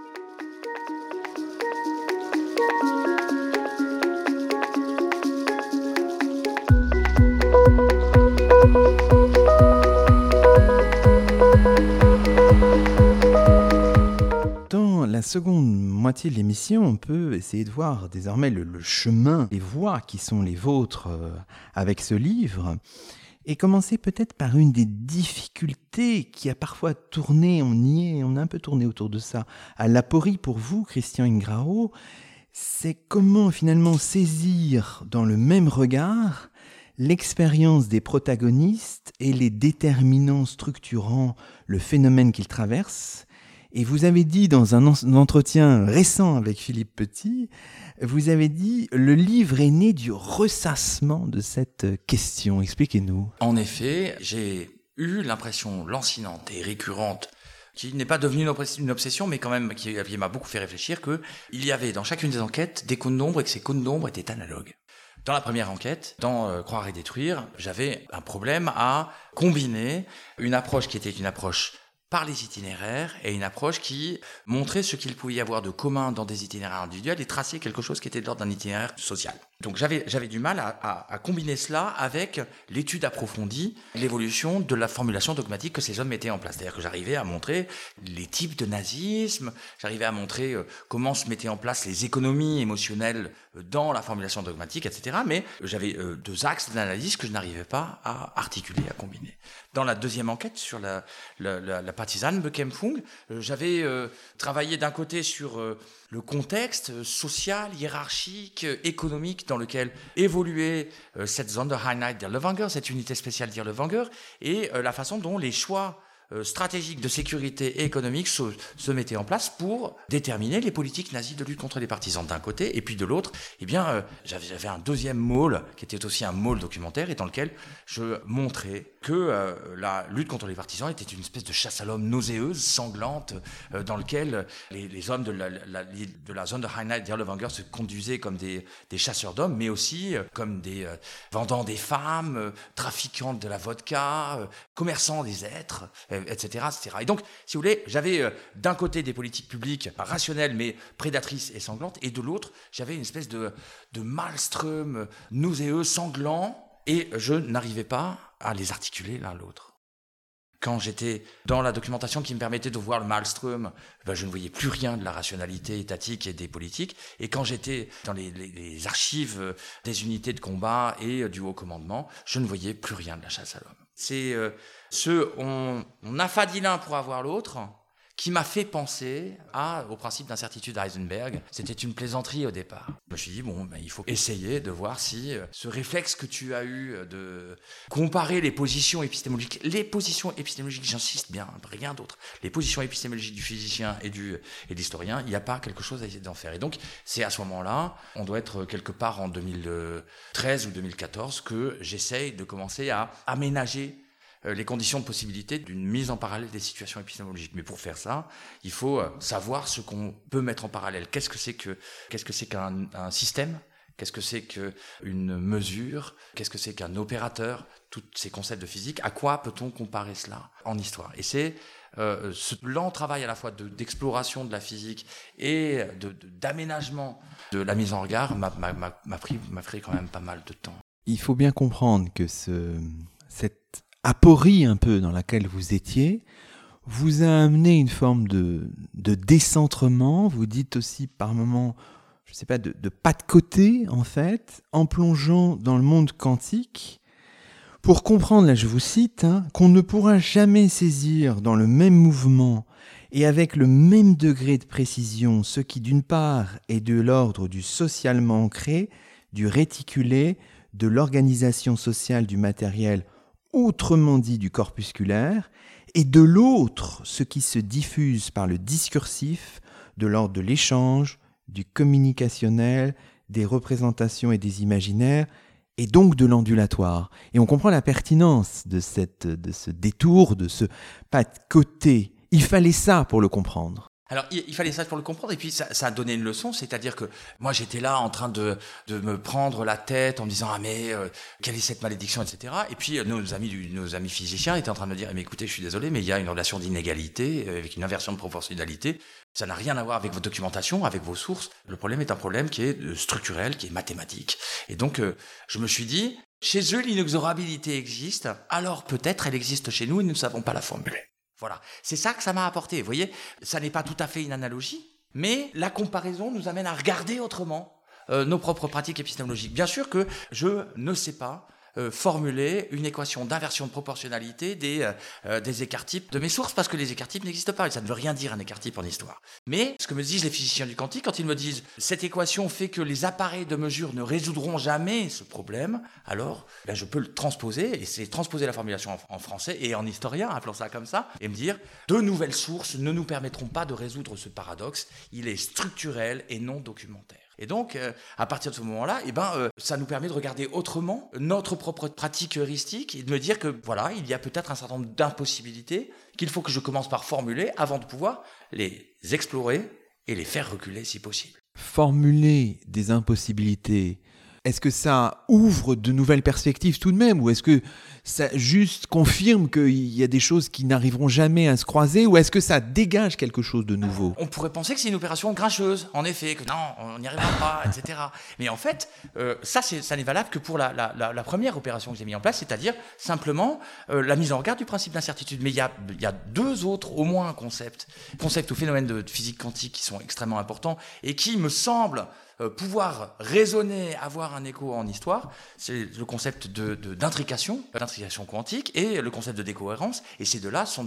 Dans la seconde moitié de l'émission, on peut essayer de voir désormais le chemin, les voies qui sont les vôtres avec ce livre, et commencer peut-être par une des difficultés qui a parfois tourné, on a un peu tourné autour de ça, à l'aporie pour vous, Christian Ingrao, c'est comment finalement saisir dans le même regard l'expérience des protagonistes et les déterminants structurant le phénomène qu'ils traversent. Et vous avez dit dans un entretien récent avec Philippe Petit, vous avez dit « Le livre est né du ressassement de cette question ». Expliquez-nous. En effet, j'ai eu l'impression lancinante et récurrente, qui n'est pas devenue une obsession, mais quand même qui m'a beaucoup fait réfléchir, qu'il y avait dans chacune des enquêtes des cônes d'ombre et que ces cônes d'ombre étaient analogues. Dans la première enquête, dans Croire et détruire, j'avais un problème à combiner une approche qui était une approche par les itinéraires et une approche qui montrait ce qu'il pouvait y avoir de commun dans des itinéraires individuels et tracer quelque chose qui était de l'ordre d'un itinéraire social. Donc j'avais du mal à combiner cela avec l'étude approfondie, l'évolution de la formulation dogmatique que ces hommes mettaient en place. C'est-à-dire que j'arrivais à montrer les types de nazisme, j'arrivais à montrer comment se mettaient en place les économies émotionnelles dans la formulation dogmatique, etc. Mais j'avais deux axes d'analyse que je n'arrivais pas à articuler, à combiner. Dans la deuxième enquête sur la partisane Bekämpfung, j'avais travaillé d'un côté sur le contexte social, hiérarchique, économique dans lequel évoluait cette Sondereinheit der Levanger, cette unité spéciale der Levanger, et la façon dont les choix stratégiques de sécurité et économique se mettaient en place pour déterminer les politiques nazies de lutte contre les partisans d'un côté, et puis de l'autre, j'avais un deuxième môle qui était aussi un môle documentaire et dans lequel je montrais que la lutte contre les partisans était une espèce de chasse à l'homme nauséeuse, sanglante, dans lequel les hommes de la Sondereinheit der Levanger se conduisaient comme des chasseurs d'hommes, mais aussi comme des vendants des femmes, trafiquants de la vodka, commerçants des êtres, etc., etc. Et donc, si vous voulez, j'avais d'un côté des politiques publiques rationnelles mais prédatrices et sanglantes, et de l'autre, j'avais une espèce de maelstrom nauséeux, sanglant, et je n'arrivais pas à les articuler l'un l'autre. Quand j'étais dans la documentation qui me permettait de voir le maelstrom, je ne voyais plus rien de la rationalité étatique et des politiques. Et quand j'étais dans les archives des unités de combat et du haut commandement, je ne voyais plus rien de la chasse à l'homme. C'est on affadit l'un pour avoir l'autre qui m'a fait penser au principe d'incertitude d'Heisenberg. C'était une plaisanterie au départ. Je me suis dit, il faut essayer de voir si ce réflexe que tu as eu de comparer les positions épistémologiques, j'insiste bien, rien d'autre, les positions épistémologiques du physicien et de l'historien, il n'y a pas quelque chose à essayer d'en faire. Et donc, c'est à ce moment-là, on doit être quelque part en 2013 ou 2014, que j'essaye de commencer à aménager les conditions de possibilité d'une mise en parallèle des situations épistémologiques. Mais pour faire ça, il faut savoir ce qu'on peut mettre en parallèle. Qu'est-ce que c'est qu'un système ? Qu'est-ce que c'est qu'une mesure ? Qu'est-ce que c'est qu'un opérateur ? Tous ces concepts de physique, à quoi peut-on comparer cela en histoire ? Et c'est ce lent travail à la fois d'exploration de la physique et d'aménagement de la mise en regard m'a pris quand même pas mal de temps. Il faut bien comprendre que cette aporie un peu dans laquelle vous étiez vous a amené une forme de décentrement. Vous dites aussi par moments, je ne sais pas, de pas de côté en fait, en plongeant dans le monde quantique, pour comprendre, là je vous cite, qu'on ne pourra jamais saisir dans le même mouvement et avec le même degré de précision ce qui d'une part est de l'ordre du socialement ancré, du réticulé, de l'organisation sociale du matériel, autrement dit du corpusculaire, et de l'autre, ce qui se diffuse par le discursif, de l'ordre de l'échange, du communicationnel, des représentations et des imaginaires, et donc de l'ondulatoire. Et on comprend la pertinence de ce détour, de ce pas de côté. Il fallait ça pour le comprendre. Alors, il fallait ça pour le comprendre, et puis ça a donné une leçon, c'est-à-dire que moi, j'étais là en train de me prendre la tête en me disant « Ah, mais quelle est cette malédiction ?» etc. Et puis, nos amis physiciens étaient en train de me dire « Mais écoutez, je suis désolé, mais il y a une relation d'inégalité avec une inversion de proportionnalité. Ça n'a rien à voir avec votre documentation, avec vos sources. Le problème est un problème qui est structurel, qui est mathématique. » Et donc, je me suis dit « Chez eux, l'inexorabilité existe, alors peut-être elle existe chez nous et nous ne savons pas la formuler. » Voilà, c'est ça que ça m'a apporté. Vous voyez, ça n'est pas tout à fait une analogie, mais la comparaison nous amène à regarder autrement nos propres pratiques épistémologiques. Bien sûr que je ne sais pas formuler une équation d'inversion de proportionnalité des écart-types de mes sources, parce que les écart-types n'existent pas, et ça ne veut rien dire un écart-type en histoire. Mais ce que me disent les physiciens du quantique, quand ils me disent « cette équation fait que les appareils de mesure ne résoudront jamais ce problème », alors je peux le transposer, et c'est transposer la formulation en français et en historien, appelons ça comme ça, et me dire « de nouvelles sources ne nous permettront pas de résoudre ce paradoxe, il est structurel et non documentaire ». Et donc, à partir de ce moment-là, ça nous permet de regarder autrement notre propre pratique heuristique et de me dire que, voilà, il y a peut-être un certain nombre d'impossibilités qu'il faut que je commence par formuler avant de pouvoir les explorer et les faire reculer si possible. Formuler des impossibilités, est-ce que ça ouvre de nouvelles perspectives tout de même, ou est-ce que ça juste confirme qu'il y a des choses qui n'arriveront jamais à se croiser, ou est-ce que ça dégage quelque chose de nouveau ? On pourrait penser que c'est une opération grincheuse, en effet, que non, on n'y arrivera pas, etc. Mais en fait, ça n'est valable que pour la première opération que j'ai mise en place, c'est-à-dire simplement la mise en regard du principe d'incertitude. Mais il y a deux autres, au moins, concepts ou phénomènes de physique quantique qui sont extrêmement importants et qui me semblent pouvoir raisonner, avoir un écho en histoire. C'est le concept d'intrication quantique et le concept de décohérence. Et ces deux-là sont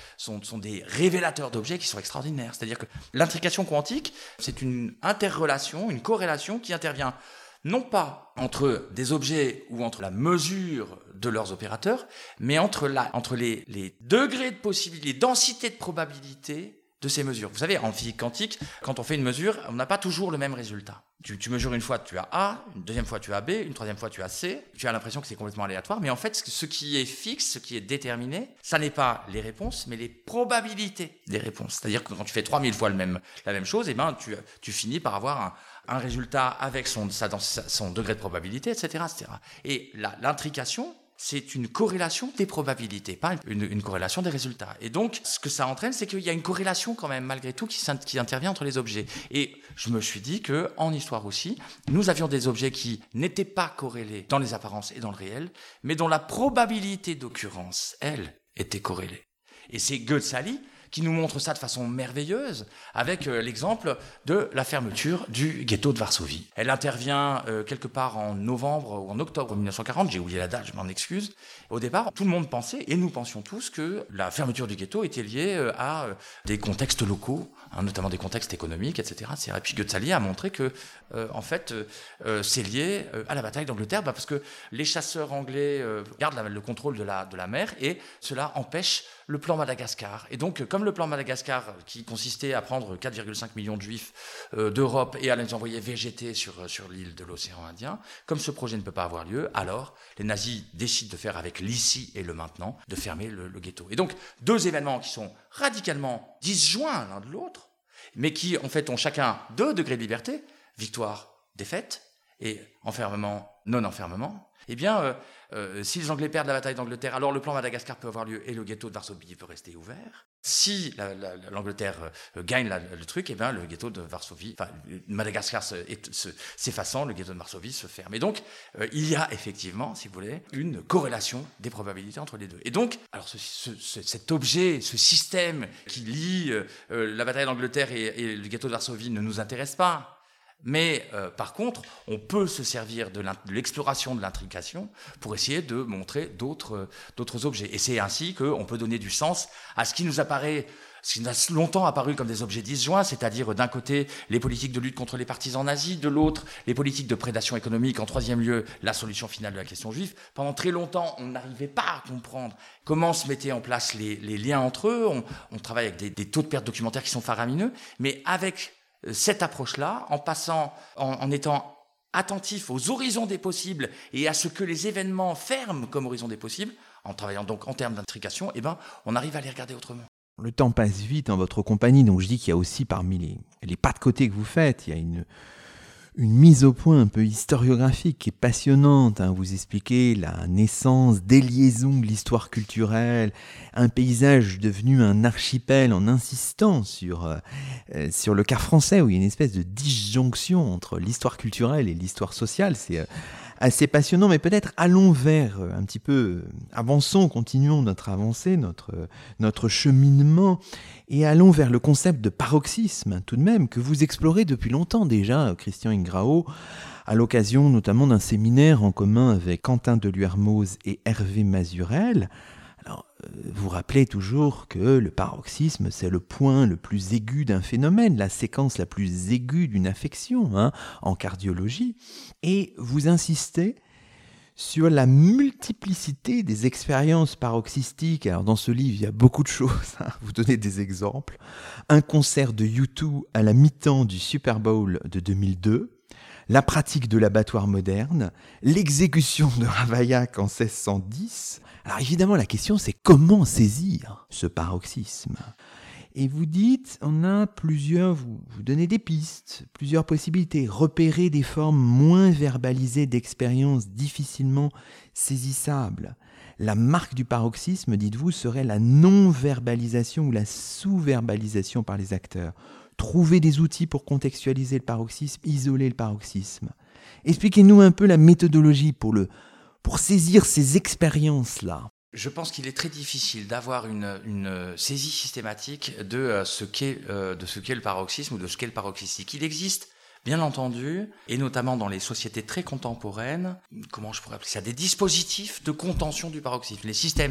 des révélateurs d'objets qui sont extraordinaires. C'est-à-dire que l'intrication quantique, c'est une interrelation, une corrélation qui intervient non pas entre des objets ou entre la mesure de leurs opérateurs, mais entre les degrés de possibilité, les densités de probabilité de ces mesures. Vous savez, en physique quantique, quand on fait une mesure, on n'a pas toujours le même résultat. Tu mesures une fois, tu as A, une deuxième fois, tu as B, une troisième fois, tu as C. Tu as l'impression que c'est complètement aléatoire, mais en fait, ce qui est fixe, ce qui est déterminé, ça n'est pas les réponses, mais les probabilités des réponses. C'est-à-dire que quand tu fais 3000 fois la même chose, tu finis par avoir un résultat avec son degré de probabilité, etc., etc. Et l'intrication, c'est une corrélation des probabilités, pas une corrélation des résultats. Et donc, ce que ça entraîne, c'est qu'il y a une corrélation quand même, malgré tout, qui intervient entre les objets. Et je me suis dit qu'en histoire aussi, nous avions des objets qui n'étaient pas corrélés dans les apparences et dans le réel, mais dont la probabilité d'occurrence, elle, était corrélée. Et c'est Gödel qui nous montre ça de façon merveilleuse avec l'exemple de la fermeture du ghetto de Varsovie. Elle intervient quelque part en novembre ou en octobre 1940, j'ai oublié la date, je m'en excuse. Au départ, tout le monde pensait, et nous pensions tous, que la fermeture du ghetto était liée à des contextes locaux, notamment des contextes économiques, etc. Et puis Goetzali a montré que, en fait, c'est lié à la bataille d'Angleterre, parce que les chasseurs anglais gardent le contrôle de la mer, et cela empêche le plan Madagascar. Et donc, comme le plan Madagascar, qui consistait à prendre 4,5 millions de juifs d'Europe et à les envoyer végéter sur l'île de l'océan Indien, comme ce projet ne peut pas avoir lieu, alors les nazis décident de faire avec l'ici et le maintenant, de fermer le ghetto. Et donc, deux événements qui sont radicalement disjoints l'un de l'autre, mais qui, en fait, ont chacun 2 degrés de liberté, victoire, défaite, et enfermement, non-enfermement. Eh bien, si les Anglais perdent la bataille d'Angleterre, alors le plan Madagascar peut avoir lieu et le ghetto de Varsovie peut rester ouvert. Si l'Angleterre gagne le truc, eh bien, le ghetto de Varsovie, Madagascar s'effaçant, le ghetto de Varsovie se ferme. Et donc, il y a effectivement, si vous voulez, une corrélation des probabilités entre les deux. Et donc, alors cet objet, ce système qui lie la bataille d'Angleterre et le ghetto de Varsovie ne nous intéresse pas. Mais par contre, on peut se servir de l'exploration de l'intrication pour essayer de montrer d'autres objets. Et c'est ainsi qu'on peut donner du sens à ce qui nous apparaît, ce qui nous a longtemps apparu comme des objets disjoints, c'est-à-dire d'un côté les politiques de lutte contre les partisans nazis, de l'autre les politiques de prédation économique, en troisième lieu la solution finale de la question juive. Pendant très longtemps, on n'arrivait pas à comprendre comment se mettaient en place les liens entre eux. On travaille avec des taux de perte documentaire qui sont faramineux, mais avec cette approche-là, en étant attentif aux horizons des possibles et à ce que les événements ferment comme horizon des possibles, en travaillant donc en termes d'intrication, on arrive à les regarder autrement. Le temps passe vite en votre compagnie, donc je dis qu'il y a aussi parmi les pas de côté que vous faites, il y a une mise au point un peu historiographique qui est passionnante. Vous expliquez la naissance, des liaisons de l'histoire culturelle, un paysage devenu un archipel en insistant sur le cas français où il y a une espèce de disjonction entre l'histoire culturelle et l'histoire sociale. C'est assez passionnant, mais peut-être allons vers un petit peu, avançons, continuons notre avancée, notre cheminement, et allons vers le concept de paroxysme, tout de même, que vous explorez depuis longtemps déjà, Christian Ingrao, à l'occasion notamment d'un séminaire en commun avec Quentin Deluermoz et Hervé Mazurel. Alors, vous rappelez toujours que le paroxysme, c'est le point le plus aigu d'un phénomène, la séquence la plus aiguë d'une affection, en cardiologie, et vous insistez sur la multiplicité des expériences paroxystiques. Alors dans ce livre, il y a beaucoup de choses, vous donnez des exemples. Un concert de U2 à la mi-temps du Super Bowl de 2002, la pratique de l'abattoir moderne, l'exécution de Ravaillac en 1610. Alors évidemment, la question c'est comment saisir ce paroxysme ? Et vous dites, on a vous donnez des pistes, plusieurs possibilités. Repérer des formes moins verbalisées d'expériences difficilement saisissables. La marque du paroxysme, dites-vous, serait la non-verbalisation ou la sous-verbalisation par les acteurs. Trouver des outils pour contextualiser le paroxysme, isoler le paroxysme. Expliquez-nous un peu la méthodologie pour saisir ces expériences-là. Je pense qu'il est très difficile d'avoir une saisie systématique de ce qu'est le paroxysme ou de ce qu'est le paroxystique. Il existe, bien entendu, et notamment dans les sociétés très contemporaines, comment je pourrais appeler ça, des dispositifs de contention du paroxysme.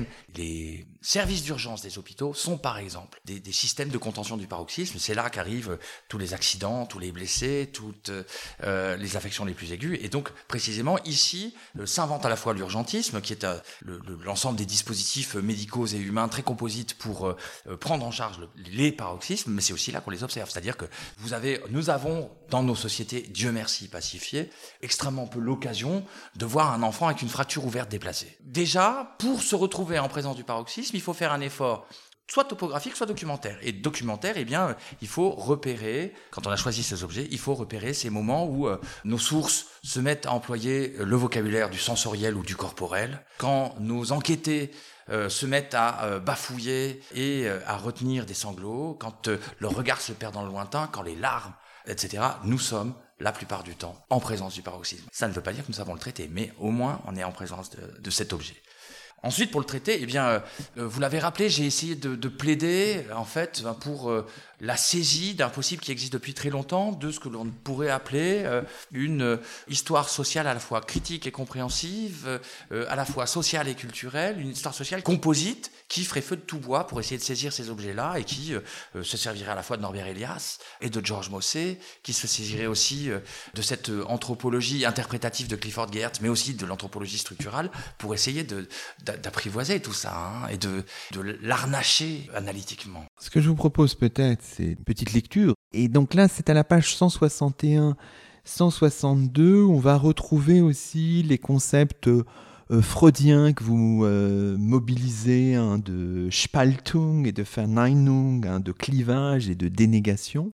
Les services d'urgence des hôpitaux sont par exemple des systèmes de contention du paroxysme. C'est là qu'arrivent tous les accidents, tous les blessés, toutes les affections les plus aiguës. Et donc, précisément, ici, s'invente à la fois l'urgentisme, qui est l'ensemble des dispositifs médicaux et humains très composites pour prendre en charge les paroxysmes, mais c'est aussi là qu'on les observe. C'est-à-dire que nous avons dans nos sociétés, Dieu merci, pacifiées, extrêmement peu l'occasion de voir un enfant avec une fracture ouverte déplacée. Déjà, pour se retrouver en présence du paroxysme, il faut faire un effort soit topographique, soit documentaire. Et documentaire, il faut repérer, quand on a choisi ces objets, il faut repérer ces moments où nos sources se mettent à employer le vocabulaire du sensoriel ou du corporel, quand nos enquêtés se mettent à bafouiller et à retenir des sanglots, quand leur regard se perd dans le lointain, quand les larmes, etc. Nous sommes, la plupart du temps, en présence du paroxysme. Ça ne veut pas dire que nous savons le traiter, mais au moins, on est en présence de cet objet. Ensuite, pour le traiter, vous l'avez rappelé, j'ai essayé de plaider en fait pour la saisie d'un possible qui existe depuis très longtemps, de ce que l'on pourrait appeler une histoire sociale à la fois critique et compréhensive, à la fois sociale et culturelle, une histoire sociale composite qui ferait feu de tout bois pour essayer de saisir ces objets-là et qui se servirait à la fois de Norbert Elias et de Georges Mossé, qui se saisirait aussi de cette anthropologie interprétative de Clifford Geertz, mais aussi de l'anthropologie structurale, pour essayer d'apprivoiser tout ça et de l'arnacher analytiquement. Ce que je vous propose peut-être, c'est une petite lecture. Et donc là, c'est à la page 161, 162, on va retrouver aussi les concepts freudiens que vous mobilisez, de Spaltung et de Verneinung, de clivage et de dénégation.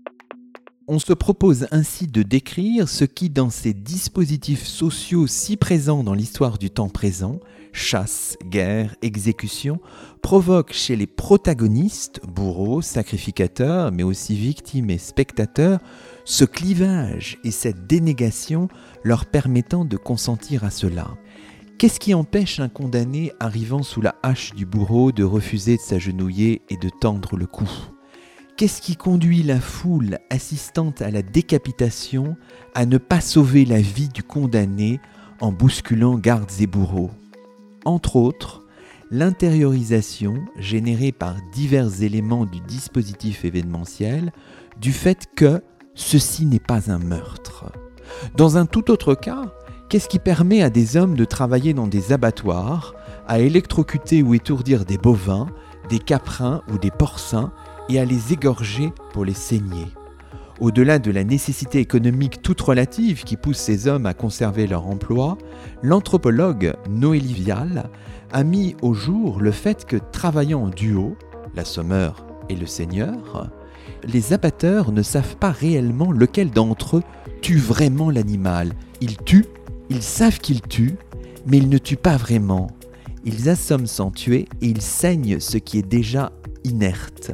On se propose ainsi de décrire ce qui, dans ces dispositifs sociaux si présents dans l'histoire du temps présent, chasse, guerre, exécution, provoque chez les protagonistes, bourreaux, sacrificateurs, mais aussi victimes et spectateurs, ce clivage et cette dénégation leur permettant de consentir à cela. Qu'est-ce qui empêche un condamné arrivant sous la hache du bourreau de refuser de s'agenouiller et de tendre le cou ? Qu'est-ce qui conduit la foule assistante à la décapitation à ne pas sauver la vie du condamné en bousculant gardes et bourreaux ? Entre autres, l'intériorisation générée par divers éléments du dispositif événementiel du fait que ceci n'est pas un meurtre. Dans un tout autre cas, qu'est-ce qui permet à des hommes de travailler dans des abattoirs, à électrocuter ou étourdir des bovins, des caprins ou des porcins et à les égorger pour les saigner? Au-delà de la nécessité économique toute relative qui pousse ces hommes à conserver leur emploi, l'anthropologue Noélie Vial a mis au jour le fait que, travaillant en duo, l'assommeur et le seigneur, les abatteurs ne savent pas réellement lequel d'entre eux tue vraiment l'animal. Ils tuent, ils savent qu'ils tuent, mais ils ne tuent pas vraiment. Ils assomment sans tuer et ils saignent ce qui est déjà inerte.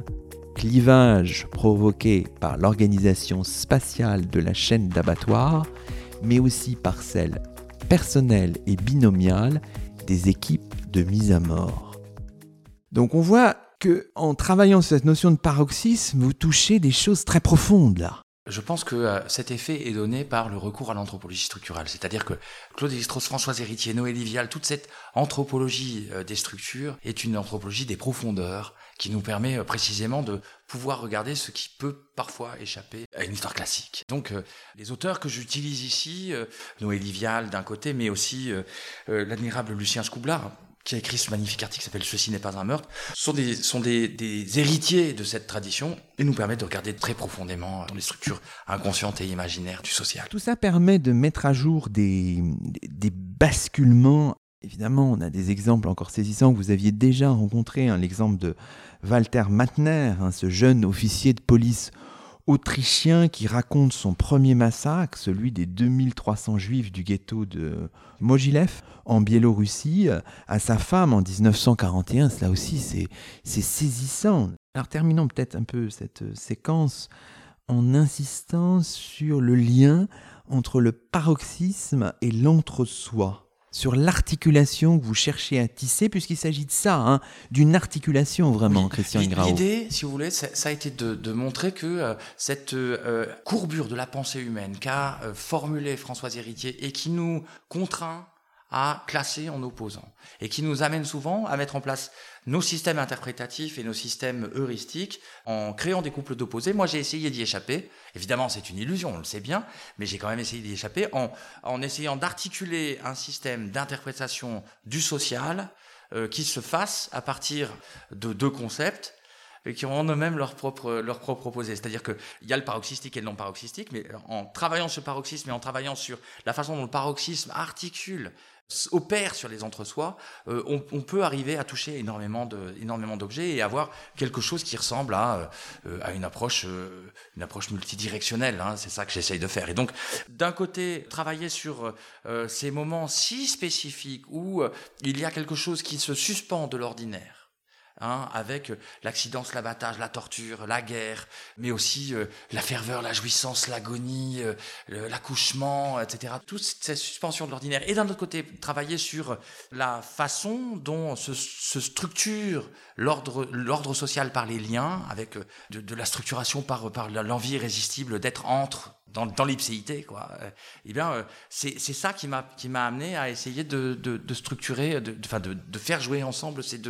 Clivage provoqué par l'organisation spatiale de la chaîne d'abattoirs, mais aussi par celle personnelle et binomiale des équipes de mise à mort. Donc on voit qu'en travaillant sur cette notion de paroxysme, vous touchez des choses très profondes là. Je pense que cet effet est donné par le recours à l'anthropologie structurale. C'est-à-dire que Claude Lévi-Strauss, Françoise Héritier, Noélie Vial, toute cette anthropologie des structures est une anthropologie des profondeurs qui nous permet précisément de pouvoir regarder ce qui peut parfois échapper à une histoire classique. Donc les auteurs que j'utilise ici, Noélie Vial d'un côté, mais aussi l'admirable Lucien Scoublard, qui a écrit ce magnifique article qui s'appelle « Ceci n'est pas un meurtre », sont des héritiers de cette tradition et nous permettent de regarder très profondément dans les structures inconscientes et imaginaires du social. Tout ça permet de mettre à jour des basculements. Évidemment, on a des exemples encore saisissants que vous aviez déjà rencontrés, l'exemple de Walter Mattner, ce jeune officier de police autrichien qui raconte son premier massacre, celui des 2300 juifs du ghetto de Mogilev en Biélorussie, à sa femme en 1941. Cela aussi, c'est saisissant. Alors terminons peut-être un peu cette séquence en insistant sur le lien entre le paroxysme et l'entre-soi, sur l'articulation que vous cherchez à tisser, puisqu'il s'agit de ça, d'une articulation vraiment, Christian Ingrao. L'idée, si vous voulez, ça a été de montrer que cette courbure de la pensée humaine qu'a formulée Françoise Héritier et qui nous contraint à classer en opposants et qui nous amène souvent à mettre en place nos systèmes interprétatifs et nos systèmes heuristiques en créant des couples d'opposés. Moi, j'ai essayé d'y échapper. Évidemment, c'est une illusion, on le sait bien, mais j'ai quand même essayé d'y échapper en essayant d'articuler un système d'interprétation du social qui se fasse à partir de deux concepts et qui ont en eux-mêmes leur propre opposé. C'est-à-dire qu'il y a le paroxystique et le non-paroxystique, mais en travaillant sur le paroxysme et en travaillant sur la façon dont le paroxysme articule, opère sur les entre-soi, on peut arriver à toucher énormément d'objets et avoir quelque chose qui ressemble à une approche multidirectionnelle. C'est ça que j'essaye de faire. Et donc, d'un côté, travailler sur ces moments si spécifiques où il y a quelque chose qui se suspend de l'ordinaire, avec l'accidence, l'abattage, la torture, la guerre, mais aussi la ferveur, la jouissance, l'agonie, l'accouchement, etc. Toute cette suspension de l'ordinaire. Et d'un autre côté, travailler sur la façon dont se structure l'ordre social par les liens, avec de la structuration par l'envie irrésistible d'être dans l'ipséité, quoi. C'est ça qui m'a amené à essayer de structurer, de faire jouer ensemble ces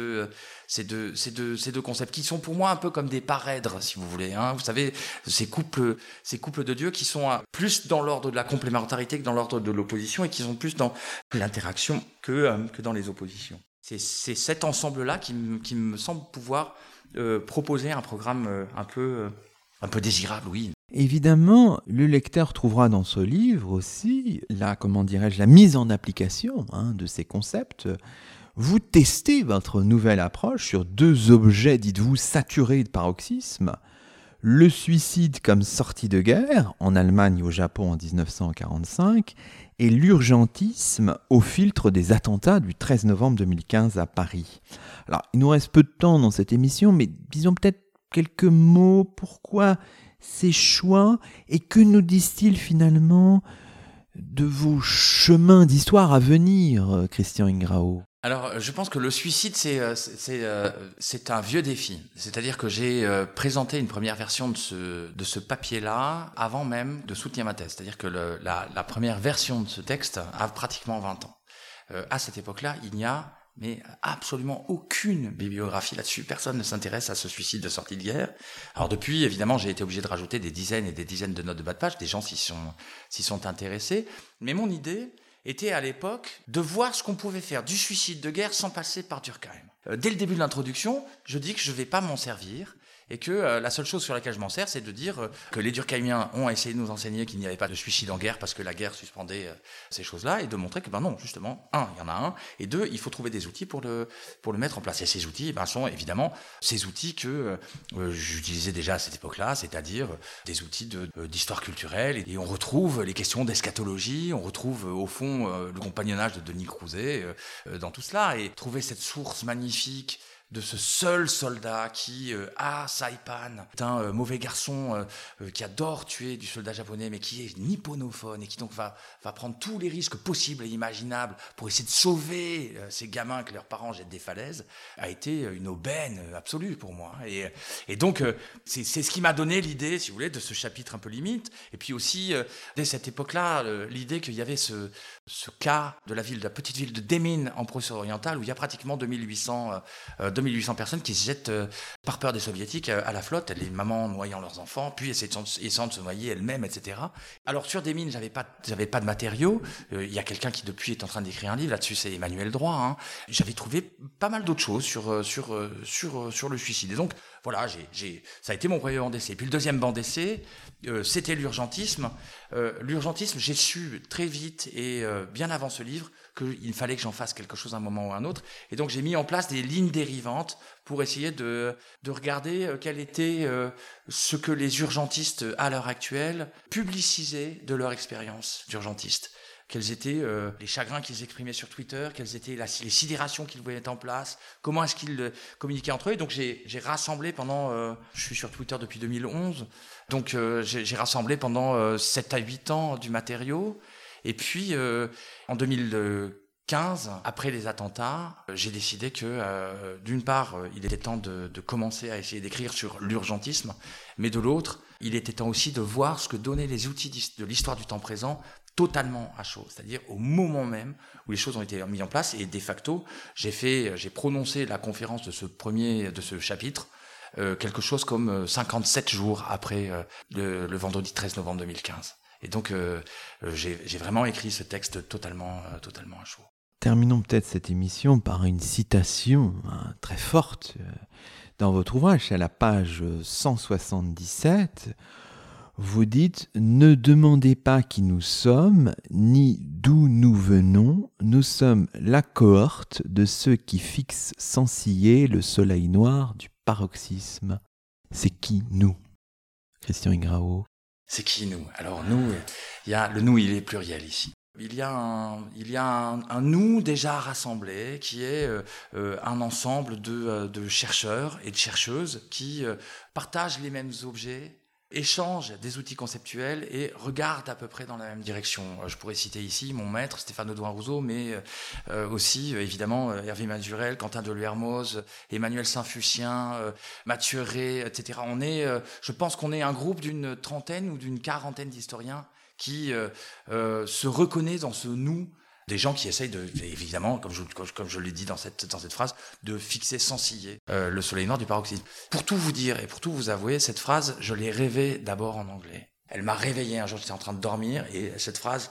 deux concepts qui sont pour moi un peu comme des parèdres, si vous voulez. Vous savez, ces couples de dieux qui sont plus dans l'ordre de la complémentarité que dans l'ordre de l'opposition et qui sont plus dans l'interaction que dans les oppositions. C'est cet ensemble-là qui me semble pouvoir proposer un programme un peu désirable, oui. Évidemment, le lecteur trouvera dans ce livre aussi la mise en application de ces concepts. Vous testez votre nouvelle approche sur 2 objets, dites-vous, saturés de paroxysme. Le suicide comme sortie de guerre, en Allemagne et au Japon en 1945, et l'urgentisme au filtre des attentats du 13 novembre 2015 à Paris. Alors, il nous reste peu de temps dans cette émission, mais disons peut-être quelques mots. Pourquoi ces choix, et que nous disent-ils finalement de vos chemins d'histoire à venir, Christian Ingrao ? Alors, je pense que le suicide, c'est un vieux défi. C'est-à-dire que j'ai présenté une première version de ce papier-là avant même de soutenir ma thèse. C'est-à-dire que la première version de ce texte a pratiquement 20 ans. À cette époque-là, il n'y a absolument aucune bibliographie là-dessus. Personne ne s'intéresse à ce suicide de sortie de guerre. Alors depuis, évidemment, j'ai été obligé de rajouter des dizaines et des dizaines de notes de bas de page. Des gens s'y sont intéressés. Mais mon idée était à l'époque de voir ce qu'on pouvait faire du suicide de guerre sans passer par Durkheim. Dès le début de l'introduction, je dis que je ne vais pas m'en servir et que la seule chose sur laquelle je m'en sers, c'est de dire que les Durkheimiens ont essayé de nous enseigner qu'il n'y avait pas de suicide en guerre parce que la guerre suspendait ces choses-là, et de montrer que non, justement, il y en a un, et 2, il faut trouver des outils pour le mettre en place. Et ces outils sont évidemment ces outils que j'utilisais déjà à cette époque-là, c'est-à-dire des outils d'histoire culturelle, et on retrouve les questions d'eschatologie, on retrouve au fond le compagnonnage de Denis Crouzet dans tout cela, et trouver cette source magnifique de ce seul soldat qui, à Saipan, est un mauvais garçon qui adore tuer du soldat japonais, mais qui est nipponophone et qui donc va prendre tous les risques possibles et imaginables pour essayer de sauver ces gamins que leurs parents jettent des falaises, a été une aubaine absolue pour moi. Et donc, c'est ce qui m'a donné l'idée, si vous voulez, de ce chapitre un peu limite. Et puis aussi, dès cette époque-là, l'idée qu'il y avait ce cas de la petite ville de Demmin en Prusse orientale, où il y a pratiquement 2800 personnes qui se jettent par peur des soviétiques à la flotte, les mamans noyant leurs enfants, puis essayant de se noyer elles-mêmes, etc. Alors sur des mines, j'avais pas de matériaux. Il y a quelqu'un qui depuis est en train d'écrire un livre là-dessus, c'est Emmanuel Droit. J'avais trouvé pas mal d'autres choses sur le suicide. Et donc voilà, ça a été mon premier banc d'essai. Puis le deuxième banc d'essai, c'était l'urgentisme. L'urgentisme, j'ai su très vite et bien avant ce livre qu'il fallait que j'en fasse quelque chose à un moment ou à un autre. Et donc j'ai mis en place des lignes dérivantes pour essayer de regarder quel était ce que les urgentistes à l'heure actuelle publicisaient de leur expérience d'urgentiste. Quels étaient les chagrins qu'ils exprimaient sur Twitter, quelles étaient les sidérations qu'ils voyaient en place, comment est-ce qu'ils communiquaient entre eux. Et donc j'ai rassemblé je suis sur Twitter depuis 2011, donc j'ai rassemblé pendant 7 à 8 ans du matériau. Et puis en 2015, après les attentats, j'ai décidé que d'une part, il était temps de commencer à essayer d'écrire sur l'urgentisme, mais de l'autre, il était temps aussi de voir ce que donnaient les outils de l'histoire du temps présent totalement à chaud, c'est-à-dire au moment même où les choses ont été mises en place. Et de facto, j'ai prononcé la conférence de ce chapitre quelque chose comme 57 jours après le vendredi 13 novembre 2015. Et donc, j'ai vraiment écrit ce texte totalement à chaud. Terminons peut-être cette émission par une citation très forte dans votre ouvrage, c'est à la page 177. Vous dites « Ne demandez pas qui nous sommes, ni d'où nous venons. Nous sommes la cohorte de ceux qui fixent sans ciller le soleil noir du paroxysme. » C'est qui, nous, Christian Ingrao ? C'est qui, nous ? Alors, nous, le nous, il est pluriel ici. Il y a un nous déjà rassemblé qui est un ensemble de chercheurs et de chercheuses qui partagent les mêmes objets, échangent des outils conceptuels et regardent à peu près dans la même direction. Je pourrais citer ici mon maître Stéphane Audouin-Rousseau, mais aussi évidemment Hervé Mazurel, Quentin Deluermoz, Emmanuel Saint-Fucien, Mathieu Rey, etc. Je pense qu'on est un groupe d'une trentaine ou d'une quarantaine d'historiens qui se reconnaît dans ce nous, des gens qui essayent évidemment, comme je l'ai dit dans cette phrase, de fixer sans ciller le soleil noir du paroxysme. Pour tout vous dire et pour tout vous avouer, cette phrase, je l'ai rêvée d'abord en anglais. Elle m'a réveillé un jour, j'étais en train de dormir et cette phrase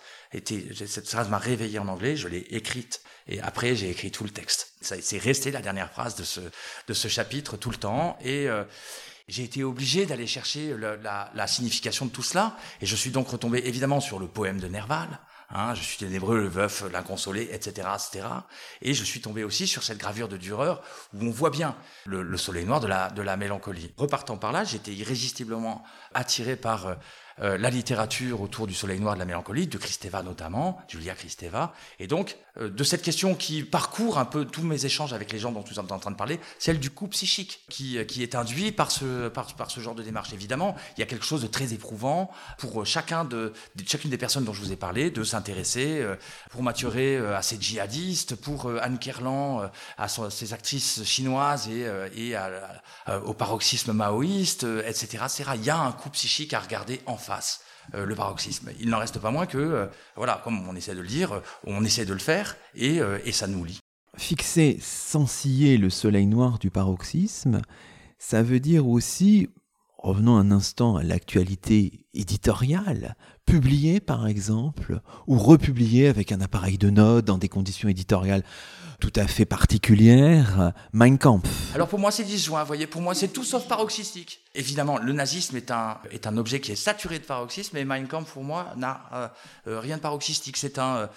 m'a réveillé en anglais, je l'ai écrite et après j'ai écrit tout le texte. C'est resté la dernière phrase de ce chapitre tout le temps et j'ai été obligé d'aller chercher la signification de tout cela et je suis donc retombé évidemment sur le poème de Nerval. Je suis ténébreux, le veuf, l'inconsolé, etc., etc. Et je suis tombé aussi sur cette gravure de Dürer où on voit bien le soleil noir de la mélancolie. Repartant par là, j'étais irrésistiblement attiré par la littérature autour du soleil noir de la mélancolie, de Kristeva notamment, Julia Kristeva, et donc de cette question qui parcourt un peu tous mes échanges avec les gens dont nous sommes en train de parler, celle du coup psychique, qui est induit par ce genre de démarche. Évidemment, il y a quelque chose de très éprouvant pour chacune des personnes dont je vous ai parlé, de s'intéresser, pour Mathieu Rey à ces djihadistes, pour Anne Kerlan à ces actrices chinoises et au paroxysme maoïste, etc., etc. Il y a un coup psychique à regarder en face, le paroxysme. Il n'en reste pas moins que, comme on essaie de le dire, on essaie de le faire et ça nous lie. Fixer sans ciller le soleil noir du paroxysme, ça veut dire aussi, revenons un instant à l'actualité éditoriale, publier par exemple, ou republier avec un appareil de notes dans des conditions éditoriales tout à fait particulières, Mein Kampf. Alors pour moi c'est disjoint, vous voyez, pour moi c'est tout sauf paroxystique. Évidemment, le nazisme est un objet qui est saturé de paroxysme, et Mein Kampf pour moi n'a rien de paroxystique. C'est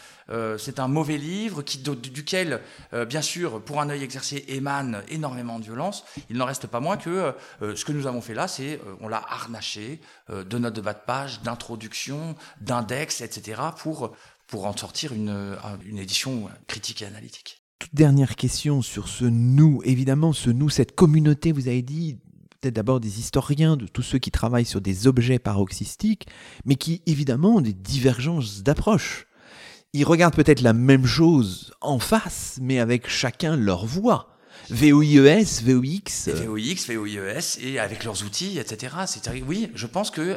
un mauvais livre duquel, bien sûr, pour un œil exercé, émane énormément de violence. Il n'en reste pas moins que ce que nous avons fait là, c'est on l'a harnaché de notes de bas de page, d'introduction, d'index, etc. pour en sortir une édition critique et analytique. Toute dernière question sur ce nous, évidemment, ce nous, cette communauté, vous avez dit, peut-être d'abord des historiens, de tous ceux qui travaillent sur des objets paroxystiques, mais qui, évidemment, ont des divergences d'approche. Ils regardent peut-être la même chose en face, mais avec chacun leur voix. VOIES, VOX. VOX, VOIES, et avec leurs outils, etc. Oui, je pense que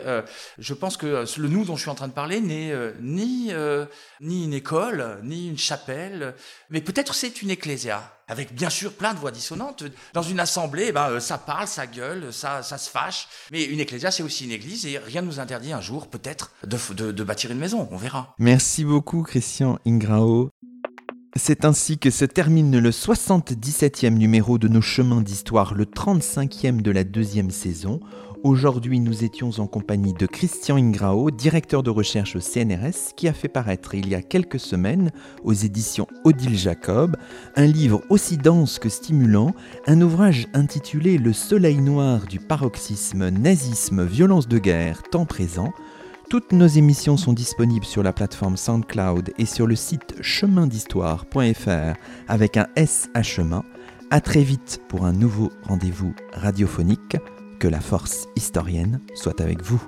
le nous dont je suis en train de parler n'est ni une école, ni une chapelle, mais peut-être c'est une ecclésia, avec bien sûr plein de voix dissonantes. Dans une assemblée, ça parle, ça gueule, ça se fâche, mais une ecclésia c'est aussi une église, et rien ne nous interdit un jour peut-être de bâtir une maison, on verra. Merci beaucoup Christian Ingrao. C'est ainsi que se termine le 77e numéro de nos chemins d'histoire, le 35e de la deuxième saison. Aujourd'hui, nous étions en compagnie de Christian Ingrao, directeur de recherche au CNRS, qui a fait paraître il y a quelques semaines, aux éditions Odile Jacob, un livre aussi dense que stimulant, un ouvrage intitulé « Le soleil noir du paroxysme, nazisme, violence de guerre, temps présent ». Toutes nos émissions sont disponibles sur la plateforme SoundCloud et sur le site chemindhistoire.fr avec un S à chemin. À très vite pour un nouveau rendez-vous radiophonique. Que la force historienne soit avec vous.